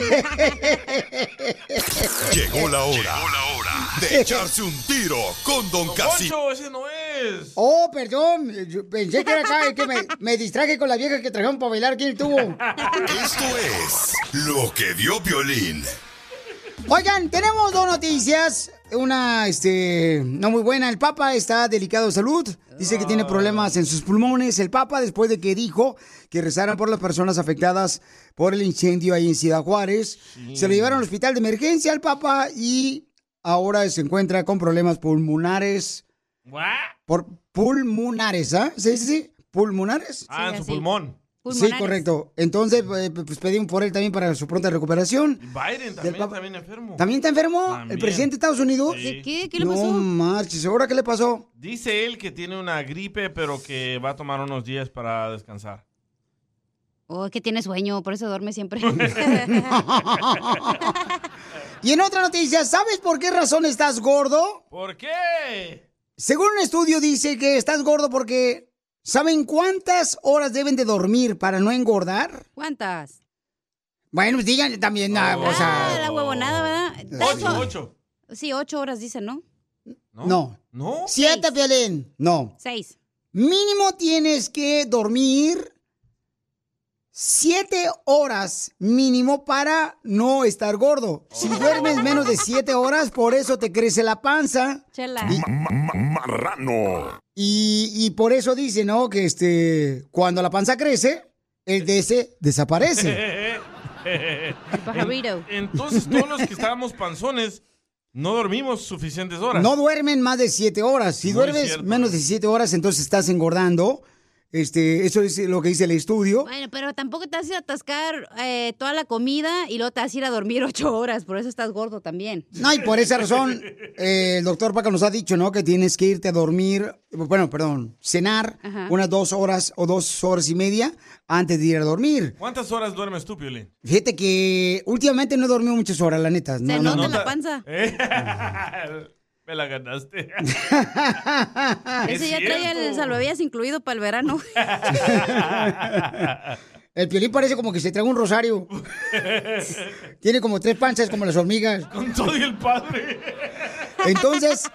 Llegó la hora de echarse un tiro con Don Casimiro. Poncho, ese no es. Oh, perdón. Yo pensé que era acá, es que me distraje con la vieja que trajeron para bailar. ¿Quién estuvo? Esto es lo que vio Piolín. Oigan, tenemos dos noticias. Una, no muy buena. El Papa está delicado de salud. Dice que tiene problemas en sus pulmones. El Papa, después de que dijo que rezaran por las personas afectadas por el incendio ahí en Ciudad Juárez, se lo llevaron al hospital de emergencia al Papa y ahora se encuentra con problemas pulmonares. Por pulmonares, ¿ah? ¿Sí? ¿Pulmonares? En su pulmón. Sí, correcto. Entonces, pues pedimos por él también para su pronta recuperación. Biden también enfermo. ¿También está enfermo? También. ¿El presidente de Estados Unidos? Sí. ¿De qué? ¿Qué le pasó? No marches, ¿ahora qué le pasó? Dice él que tiene una gripe, pero que va a tomar unos días para descansar. Oh, es que tiene sueño, por eso duerme siempre. Y en otra noticia, ¿sabes por qué razón estás gordo? ¿Por qué? Según un estudio dice que estás gordo porque... ¿Saben cuántas horas deben de dormir para no engordar? ¿Cuántas? Bueno, pues díganle también, la huevonada, ¿verdad? 8. Sí, 8 horas dicen, ¿no? No. ¿No? 7, Piolín. No. 6. Mínimo tienes que dormir 7 horas mínimo para no estar gordo. Si duermes menos de 7 horas, por eso te crece la panza. Chela. Marrano. Y por eso dice, ¿no? Que cuando la panza crece, el DC desaparece. Entonces todos los que estábamos panzones no dormimos suficientes horas. No duermen más de 7 horas. Si Muy duermes cierto. menos de 7 horas, entonces estás engordando. Eso es lo que dice el estudio. Bueno, pero tampoco te vas a ir a atascar toda la comida y luego te vas a ir a dormir 8 horas. Por eso estás gordo también. No, y por esa razón, el doctor Paca nos ha dicho, ¿no? Que tienes que irte a dormir, cenar unas 2 horas o 2 horas y media antes de ir a dormir. ¿Cuántas horas duermes tú, Piolín? Fíjate que últimamente no he dormido muchas horas, la neta. Se nota en la panza. Me la ganaste. Ese ya trae el salvavidas incluido para el verano. El Piolín parece como que se trae un rosario. Tiene como 3 panzas como las hormigas. Con todo y el padre. Entonces...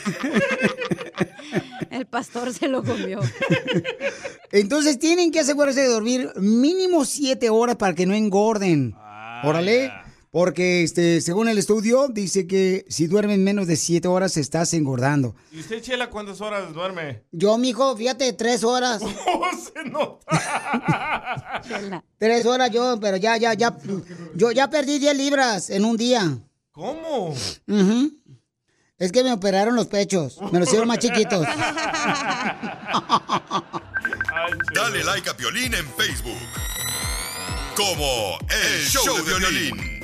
El pastor se lo comió. Entonces tienen que asegurarse de dormir mínimo 7 horas para que no engorden. Órale. Porque según el estudio dice que si duermen menos de 7 horas estás engordando. ¿Y usted, Chela, cuántas horas duerme? Yo, mijo, fíjate, 3 horas. Se nota. 3 horas yo, pero yo ya perdí 10 libras en un día. ¿Cómo? Es que me operaron los pechos, me los hicieron más chiquitos. Dale like a Piolín en Facebook. Como El Show de Piolín.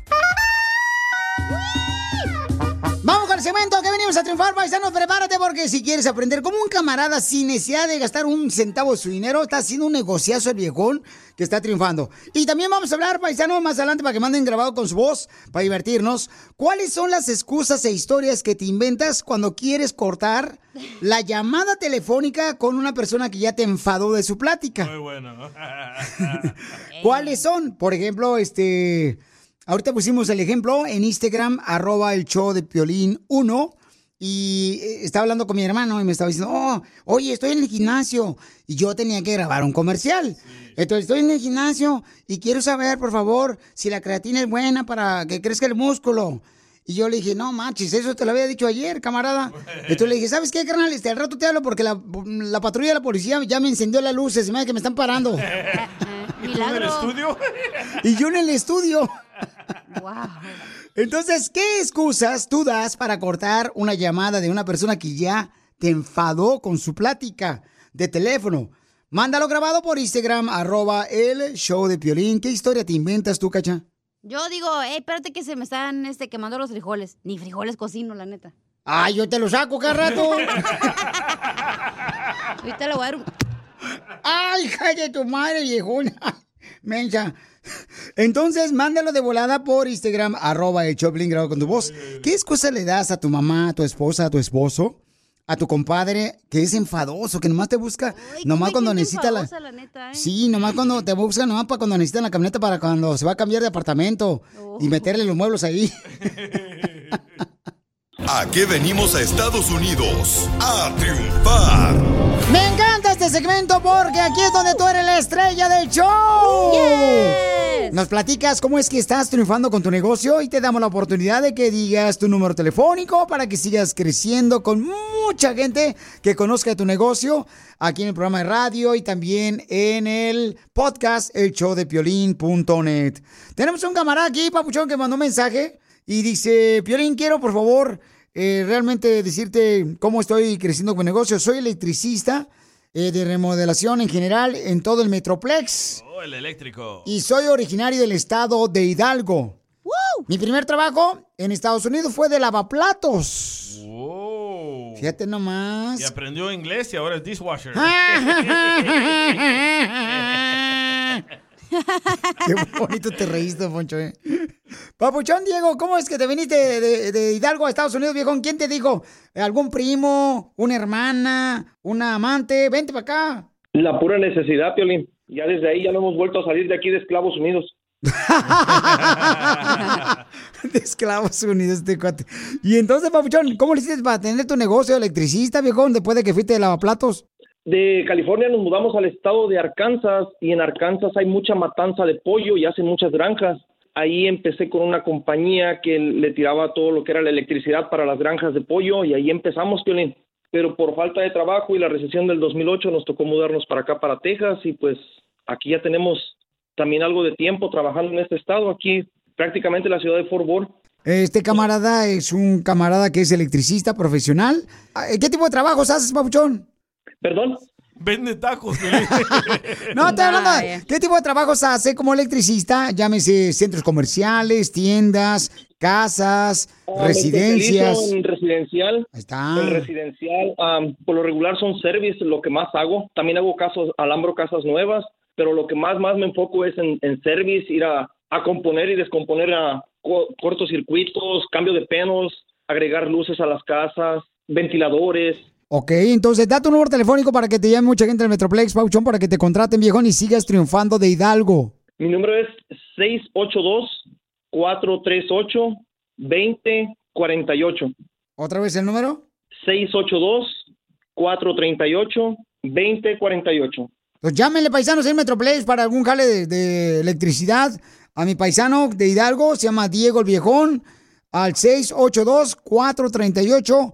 Vamos con el segmento que venimos a triunfar, paisano. Prepárate porque si quieres aprender como un camarada sin necesidad de gastar un centavo de su dinero, está haciendo un negociazo el viejón que está triunfando. Y también vamos a hablar, paisano, más adelante para que manden grabado con su voz, para divertirnos. ¿Cuáles son las excusas e historias que te inventas cuando quieres cortar la llamada telefónica con una persona que ya te enfadó de su plática? Muy bueno. ¿Cuáles son? Por ejemplo, ahorita pusimos el ejemplo en Instagram, @elshowdepiolín1, y estaba hablando con mi hermano y me estaba diciendo, oye, estoy en el gimnasio y yo tenía que grabar un comercial. Entonces estoy en el gimnasio y quiero saber, por favor, si la creatina es buena para que crezca el músculo. Y yo le dije, no manches, eso te lo había dicho ayer, camarada. Entonces le dije, ¿sabes qué, carnal? Al rato te hablo porque la patrulla de la policía ya me encendió las luces, se me hace que me están parando. Milagro. ¿En el estudio? Y yo en el estudio. Wow. Entonces, ¿qué excusas tú das para cortar una llamada de una persona que ya te enfadó con su plática de teléfono? Mándalo grabado por Instagram, @elshowdepiolín. ¿Qué historia te inventas tú, Cacha? Yo digo, espérate que se me están quemando los frijoles. Ni frijoles cocino, la neta. Ay, yo te lo saco cada rato. Ahorita le voy a dar un... Ay, hija de tu madre, viejona. Mensa. Entonces, mándalo de volada por Instagram, @elchoplin, grabado con tu voz. ¿Qué excusa le das a tu mamá, a tu esposa, a tu esposo, a tu compadre que es enfadoso, que nomás te busca, nomás cuando necesita la... neta, Sí, nomás cuando te busca, nomás para cuando necesitan la camioneta para cuando se va a cambiar de apartamento y meterle los muebles ahí. ¿A qué venimos a Estados Unidos? ¡A triunfar! Me encanta este segmento porque aquí es donde tú eres la estrella del show. Yes. Nos platicas cómo es que estás triunfando con tu negocio y te damos la oportunidad de que digas tu número telefónico para que sigas creciendo con mucha gente que conozca tu negocio aquí en el programa de radio y también en el podcast elshowdepiolín.net. Tenemos un camarada aquí, papuchón, que mandó un mensaje y dice: Piolín, quiero por favor realmente decirte cómo estoy creciendo con mi negocio. Soy electricista de remodelación en general en todo el Metroplex. Oh, el eléctrico. Y soy originario del estado de Hidalgo. ¡Woo! Mi primer trabajo en Estados Unidos fue de lavaplatos. Wow. Fíjate nomás. Y aprendió inglés y ahora es dishwasher. Qué bonito te reíste, Poncho. Papuchón, Diego, ¿cómo es que te viniste de Hidalgo a Estados Unidos, viejón? ¿Quién te dijo? ¿Algún primo? ¿Una hermana? ¿Una amante? Vente para acá. La pura necesidad, Piolín. Ya desde ahí ya no hemos vuelto a salir de aquí de Esclavos Unidos. De Esclavos Unidos, este cuate. Y entonces, papuchón, ¿cómo le hiciste para tener tu negocio de electricista, viejón, después de que fuiste de lavaplatos? De California nos mudamos al estado de Arkansas y en Arkansas hay mucha matanza de pollo y hacen muchas granjas. Ahí empecé con una compañía que le tiraba todo lo que era la electricidad para las granjas de pollo y ahí empezamos, Piolín. Pero por falta de trabajo y la recesión del 2008 nos tocó mudarnos para acá, para Texas, y pues aquí ya tenemos también algo de tiempo trabajando en este estado, aquí prácticamente la ciudad de Fort Worth. Este camarada es un camarada que es electricista profesional. ¿Qué tipo de trabajos haces, papuchón? ¿Perdón? Vende tacos. No, estoy hablando de qué tipo de trabajos hace como electricista. Llámese centros comerciales, tiendas, casas, residencias. Me especializo en residencial. Ahí está. En residencial, por lo regular son service lo que más hago. También hago alambro casas nuevas, pero lo que más me enfoco es en service, ir a componer y descomponer cortocircuitos, cambio de panels, agregar luces a las casas, ventiladores. Ok, entonces da tu número telefónico para que te llame mucha gente del Metroplex, Pauchón, para que te contraten, viejón, y sigas triunfando de Hidalgo. Mi número es 682-438-2048. ¿Otra vez el número? 682-438-2048. Pues llámenle, paisanos, en Metroplex para algún jale de electricidad. A mi paisano de Hidalgo, se llama Diego el Viejón, al 682-438-2048.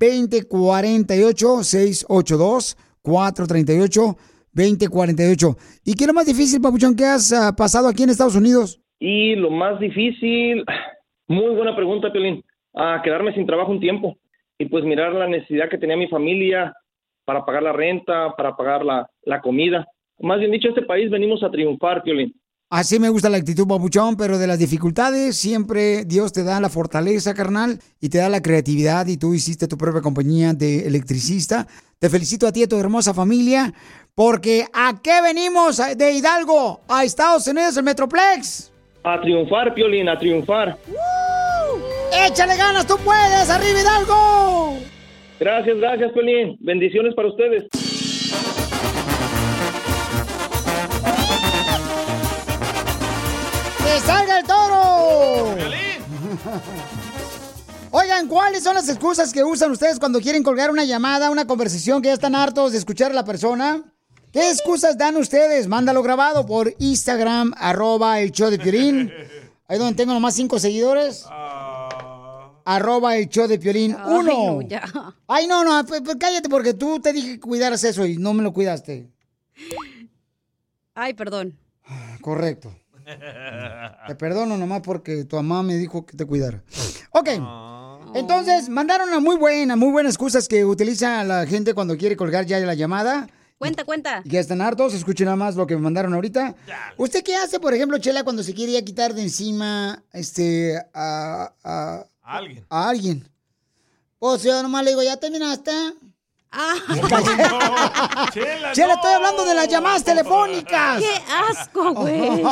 682-438-2048. ¿Y qué es lo más difícil, papuchón, que has pasado aquí en Estados Unidos? Y lo más difícil, muy buena pregunta, Piolín, quedarme sin trabajo un tiempo y pues mirar la necesidad que tenía mi familia para pagar la renta, para pagar la comida. Más bien dicho, a este país venimos a triunfar, Piolín. Así me gusta la actitud, papuchón, pero de las dificultades siempre Dios te da la fortaleza, carnal, y te da la creatividad, y tú hiciste tu propia compañía de electricista. Te felicito a ti y a tu hermosa familia, porque ¿a qué venimos de Hidalgo a Estados Unidos, el Metroplex? A triunfar, Piolín, a triunfar. ¡Échale ganas, tú puedes! ¡Arriba, Hidalgo! Gracias, Piolín. Bendiciones para ustedes. ¡Que salga el toro! Oigan, ¿cuáles son las excusas que usan ustedes cuando quieren colgar una llamada, una conversación que ya están hartos de escuchar a la persona? ¿Qué excusas dan ustedes? Mándalo grabado por Instagram, @elshowdepiolín. Ahí donde tengo nomás 5 seguidores. @elshowdepiolín 1. Ay, no, pues cállate porque tú te dije que cuidaras eso y no me lo cuidaste. Ay, perdón. Correcto. Te perdono nomás porque tu mamá me dijo que te cuidara. Ok. Entonces, mandaron una muy buenas excusas que utiliza la gente cuando quiere colgar ya la llamada. Cuenta. Ya están hartos, escuchen nada más lo que me mandaron ahorita. ¿Usted qué hace, por ejemplo, Chela, cuando se quiere ya quitar de encima a alguien? Pues yo nomás le digo, ¿ya terminaste? Chela, estoy hablando de las llamadas telefónicas. ¡Qué asco, güey!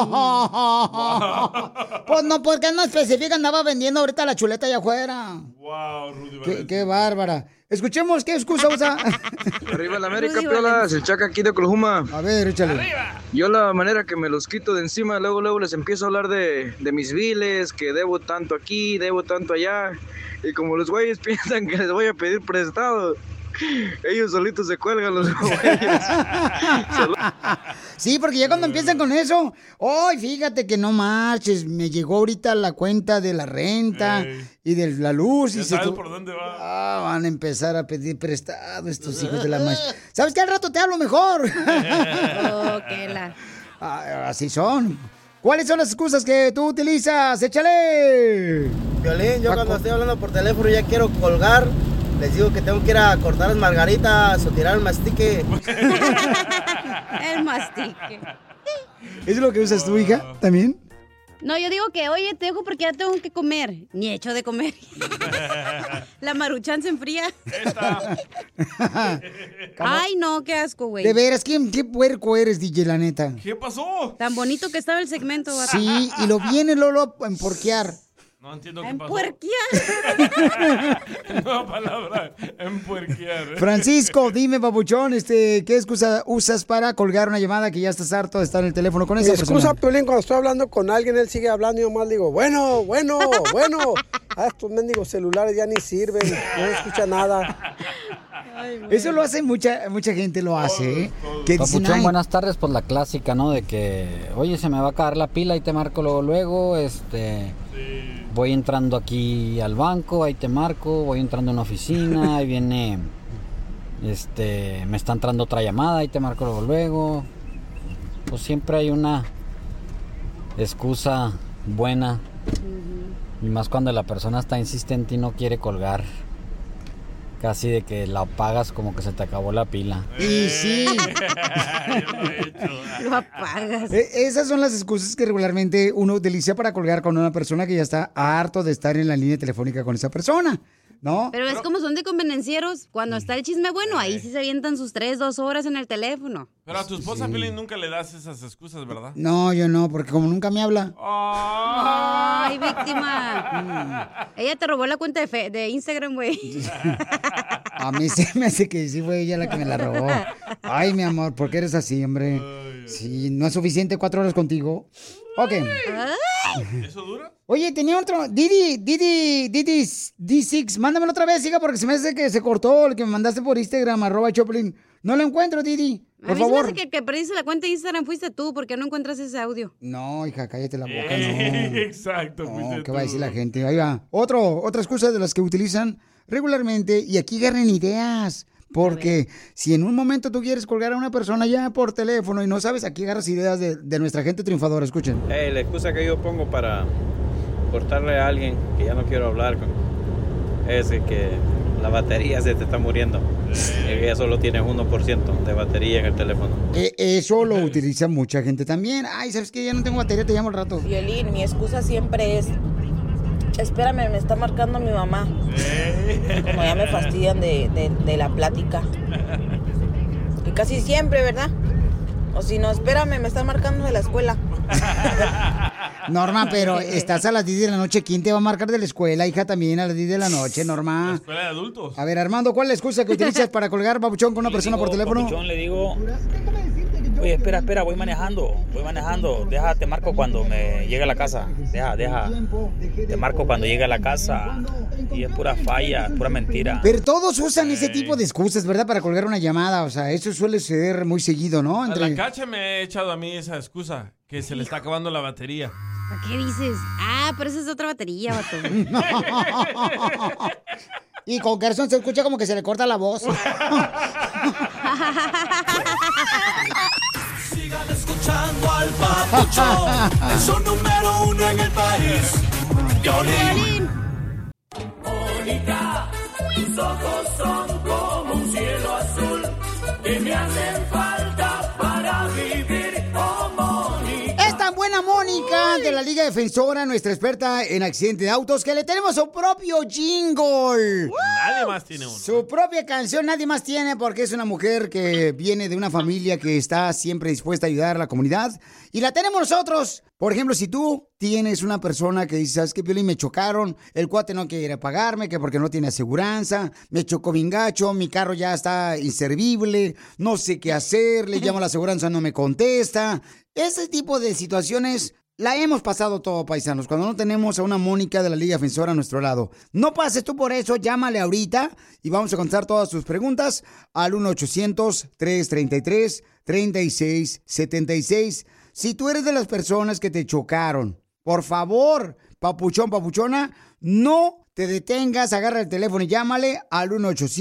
Pues no, porque no especifica, andaba vendiendo ahorita la chuleta allá afuera. Wow, Rudy. Qué bárbara. Escuchemos qué excusa usa. Arriba la América, piolas, el Chaca aquí de Oklahoma. A ver, échale. ¡Arriba! Yo la manera que me los quito de encima, luego les empiezo a hablar de mis biles, que debo tanto aquí, debo tanto allá. Y como los güeyes piensan que les voy a pedir prestado, Ellos solitos se cuelgan los güeyes. Sí, porque ya cuando empiezan con eso, ¡ay, fíjate que no marches! Me llegó ahorita la cuenta de la renta y de la luz. Ya y sabes por dónde va. van a empezar a pedir prestado estos hijos de la maíz. ¿Sabes qué? Al rato te hablo mejor. Así son. ¿Cuáles son las excusas que tú utilizas? ¡Échale! Violín, yo cuando estoy hablando por teléfono y ya quiero colgar, les digo que tengo que ir a cortar las margaritas o tirar el mastique. El mastique. ¿Es lo que usas tu hija también? No, yo digo que, oye, te dejo porque ya tengo que comer. Ni hecho de comer. La Maruchan se enfría. Ay, no, qué asco, güey. De veras, qué puerco eres, DJ, la neta. ¿Qué pasó? Tan bonito que estaba el segmento, vato. Sí, y lo viene Lolo a emporquear. No entiendo qué pasó. ¿Empuerquear? Nueva palabra, empuerquear. Francisco, dime, papuchón, ¿qué excusa usas para colgar una llamada que ya estás harto de estar en el teléfono con esa Mi excusa, persona? Piolín, cuando estoy hablando con alguien, él sigue hablando y yo más digo, bueno. Estos mendigos celulares ya ni sirven, no se escucha nada. Eso lo hace mucha gente, lo hace, ¿eh? Que dicen, Papuchón, "Ay, buenas tardes, pues la clásica, ¿no? De que, oye, se me va a acabar la pila y te marco luego, voy entrando aquí al banco, ahí te marco, voy entrando a una oficina, ahí viene, me está entrando otra llamada, ahí te marco luego. Pues siempre hay una excusa buena, y más cuando la persona está insistente y no quiere colgar. Casi de que la apagas como que se te acabó la pila. Y sí. Lo apagas. Esas son las excusas que regularmente uno utiliza para colgar con una persona que ya está harto de estar en la línea telefónica con esa persona, ¿no? Pero es como son de convenencieros. Cuando está el chisme bueno, ahí sí se avientan sus 2 horas en el teléfono. Pero a tu esposa, Piolín, nunca le das esas excusas, ¿verdad? No, yo no, porque como nunca me habla. Ay, víctima. Ella te robó la cuenta de Instagram, güey. A mí se me hace que sí fue ella la que me la robó. Ay, mi amor, ¿por qué eres así, hombre? Sí, ¿no es suficiente 4 horas contigo? Ok. ¿Eso dura? Oye, tenía otro. D6, mándamelo otra vez, hija, porque se me hace que se cortó el que me mandaste por Instagram, @Choplin. No lo encuentro, Didi. Por a mí favor. se me hace que el que perdiste la cuenta de Instagram fuiste tú, porque no encuentras ese audio. No, hija, cállate la boca, no. Exacto, No, ¿qué va a decir la gente? Ahí va. Otra excusa de las que utilizan regularmente, y aquí agarren ideas. Porque si en un momento tú quieres colgar a una persona ya por teléfono y no sabes, aquí agarras ideas de nuestra gente triunfadora. Escuchen. La excusa que yo pongo para cortarle a alguien que ya no quiero hablar con es que la batería se te está muriendo. Ella solo tiene 1% de batería en el teléfono. Eso lo utiliza mucha gente también. Ay, ¿sabes qué? Ya no tengo batería, te llamo al rato. Violín, mi excusa siempre es: espérame, me está marcando mi mamá. Como ya me fastidian de la plática. Y casi siempre, ¿verdad? O si no, espérame, me están marcando de la escuela. Norma, pero estás a las 10 de la noche. ¿Quién te va a marcar de la escuela, hija? También a las 10 de la noche, Norma. La escuela de adultos. A ver, Armando, ¿cuál es la excusa que utilizas para colgar, babuchón, con una persona por teléfono? Papuchón, le digo, oye, espera, voy manejando, te marco cuando me llegue a la casa, te marco cuando llegue a la casa, y es pura falla, pura mentira. Pero todos usan ese tipo de excusas, ¿verdad? Para colgar una llamada, o sea, eso suele ser muy seguido, ¿no? A la Cacha me ha echado a mí esa excusa, que se le está acabando la batería. ¿Qué dices? Ah, pero esa es otra batería, vato. Y con Gerson se escucha como que se le corta la voz. Sigan escuchando al Papuchón, es un número 1 en el país. Violín. Mónica, tus ojos son como un cielo azul que me hacen falta para vivir. Oh, Mónica. Es tan buena Mónica de la Liga Defensora, nuestra experta en accidente de autos, que le tenemos su propio jingle. Nadie más tiene uno. Su propia canción nadie más tiene, porque es una mujer que viene de una familia que está siempre dispuesta a ayudar a la comunidad. Y la tenemos nosotros. Por ejemplo, si tú tienes una persona que dice, ¿sabes qué, Piolín? Me chocaron, el cuate no quiere pagarme, que porque no tiene aseguranza, me chocó bien gacho, mi carro ya está inservible, no sé qué hacer, le llamo a la aseguranza, no me contesta. Ese tipo de situaciones La hemos pasado todo, paisanos, cuando no tenemos a una Mónica de la Liga Defensora a nuestro lado. No pases tú por eso, llámale ahorita y vamos a contestar todas tus preguntas al 1-800-333-3676. Si tú eres de las personas que te chocaron, por favor, papuchón, papuchona, no te detengas, agarra el teléfono y llámale al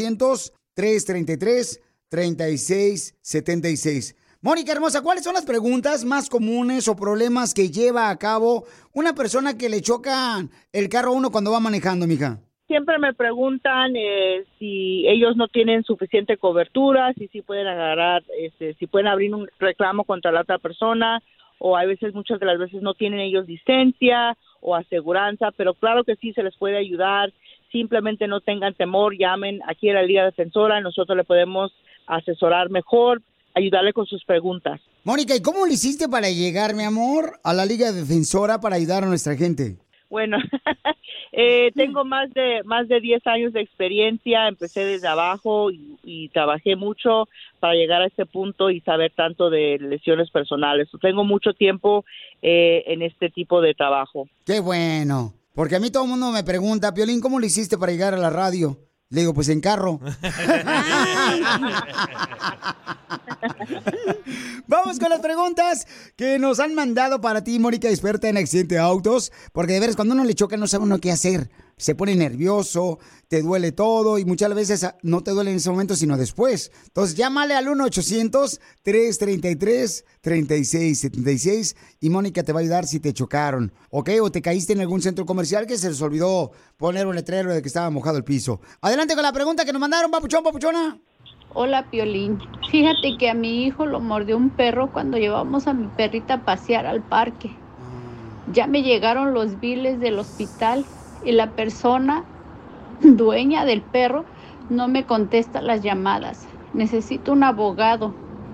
1-800-333-3676. Mónica hermosa, ¿cuáles son las preguntas más comunes o problemas que lleva a cabo una persona que le choca el carro a uno cuando va manejando, mija? Siempre me preguntan si ellos no tienen suficiente cobertura, si pueden agarrar, si pueden abrir un reclamo contra la otra persona, o hay veces, muchas de las veces no tienen ellos licencia o aseguranza, pero claro que sí se les puede ayudar. Simplemente no tengan temor, llamen aquí a la Liga Defensora, nosotros le podemos asesorar mejor, ayudarle con sus preguntas. Mónica, ¿y cómo le hiciste para llegar, mi amor, a la Liga Defensora para ayudar a nuestra gente? Bueno, tengo más de 10 años de experiencia, empecé desde abajo y trabajé mucho para llegar a este punto y saber tanto de lesiones personales. Tengo mucho tiempo en este tipo de trabajo. ¡Qué bueno! Porque a mí todo el mundo me pregunta, Piolín, ¿cómo le hiciste para llegar a la radio? Le digo, pues en carro. Vamos con las preguntas que nos han mandado para ti, Mónica, experta en accidente de autos. Porque de veras, cuando uno le choca no sabe uno qué hacer. Se pone nervioso, te duele todo y muchas veces no te duele en ese momento, sino después. Entonces, llámale al 1-800-333-3676 y Mónica te va a ayudar si te chocaron, ¿ok? O te caíste en algún centro comercial que se les olvidó poner un letrero de que estaba mojado el piso. Adelante con la pregunta que nos mandaron, papuchón, papuchona. Hola, Piolín. Fíjate que a mi hijo lo mordió un perro cuando llevamos a mi perrita a pasear al parque. Ya me llegaron los biles del hospital y la persona dueña del perro no me contesta las llamadas. Necesito un abogado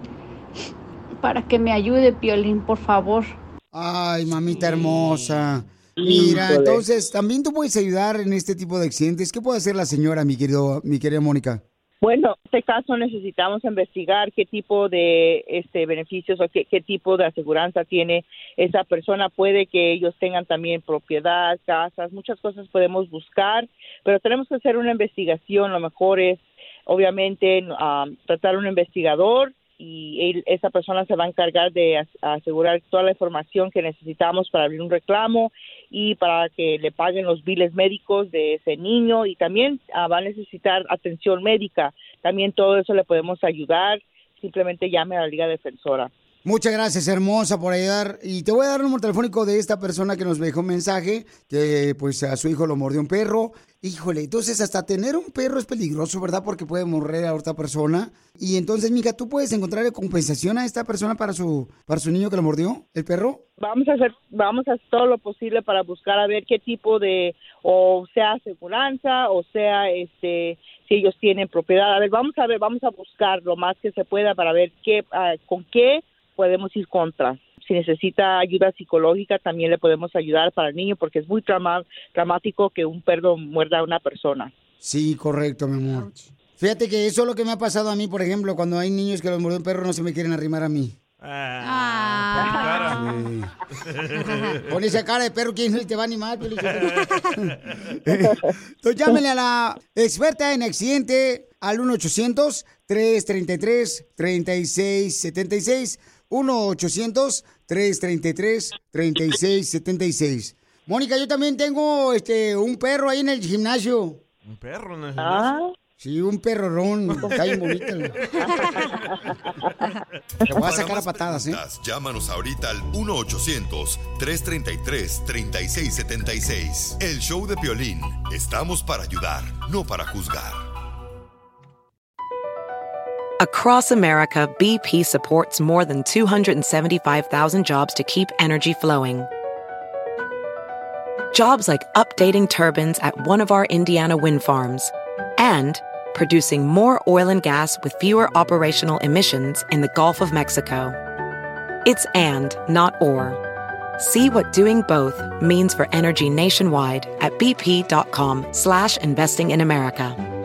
para que me ayude, Piolín, por favor. Ay, mamita hermosa. Mira, entonces, también tú puedes ayudar en este tipo de accidentes. ¿Qué puede hacer la señora, mi querida Mónica? Bueno, en este caso necesitamos investigar qué tipo de beneficios o qué tipo de aseguranza tiene esa persona. Puede que ellos tengan también propiedad, casas, muchas cosas podemos buscar, pero tenemos que hacer una investigación. Lo mejor es, obviamente, tratar un investigador y esa persona se va a encargar de asegurar toda la información que necesitamos para abrir un reclamo y para que le paguen los biles médicos de ese niño, y también va a necesitar atención médica. También todo eso le podemos ayudar. Simplemente llame a la Liga Defensora. Muchas gracias, hermosa, por ayudar. Y te voy a dar el número telefónico de esta persona que nos dejó un mensaje, que pues a su hijo lo mordió un perro. Híjole, entonces hasta tener un perro es peligroso, ¿verdad? Porque puede morder a otra persona. Y entonces, mija, ¿tú puedes encontrarle compensación a esta persona para su niño que lo mordió, el perro? Vamos a hacer todo lo posible para buscar a ver qué tipo de, o sea, aseguranza, o sea, si ellos tienen propiedad. A ver, vamos a buscar lo más que se pueda para ver con qué podemos ir contra. Si necesita ayuda psicológica, también le podemos ayudar para el niño, porque es muy dramático que un perro muerda a una persona. Sí, correcto, mi amor. Fíjate que eso es lo que me ha pasado a mí, por ejemplo, cuando hay niños que los muerde un perro, no se me quieren arrimar a mí. Con esa cara de perro, ¿quién te va a animar? Entonces llámenle a la experta en accidente al 1-800-333-3676. 1-800-333-3676. Mónica, yo también tengo un perro ahí en el gimnasio. ¿Un perro en el gimnasio? Sí, un perrorón. Está bien bonito. Te voy a sacar a patadas, ¿eh? Llámanos ahorita al 1-800-333-3676. El show de Piolín. Estamos para ayudar, no para juzgar. Across America, BP supports more than 275,000 jobs to keep energy flowing. Jobs like updating turbines at one of our Indiana wind farms and producing more oil and gas with fewer operational emissions in the Gulf of Mexico. It's and, not or. See what doing both means for energy nationwide at bp.com/investing in America.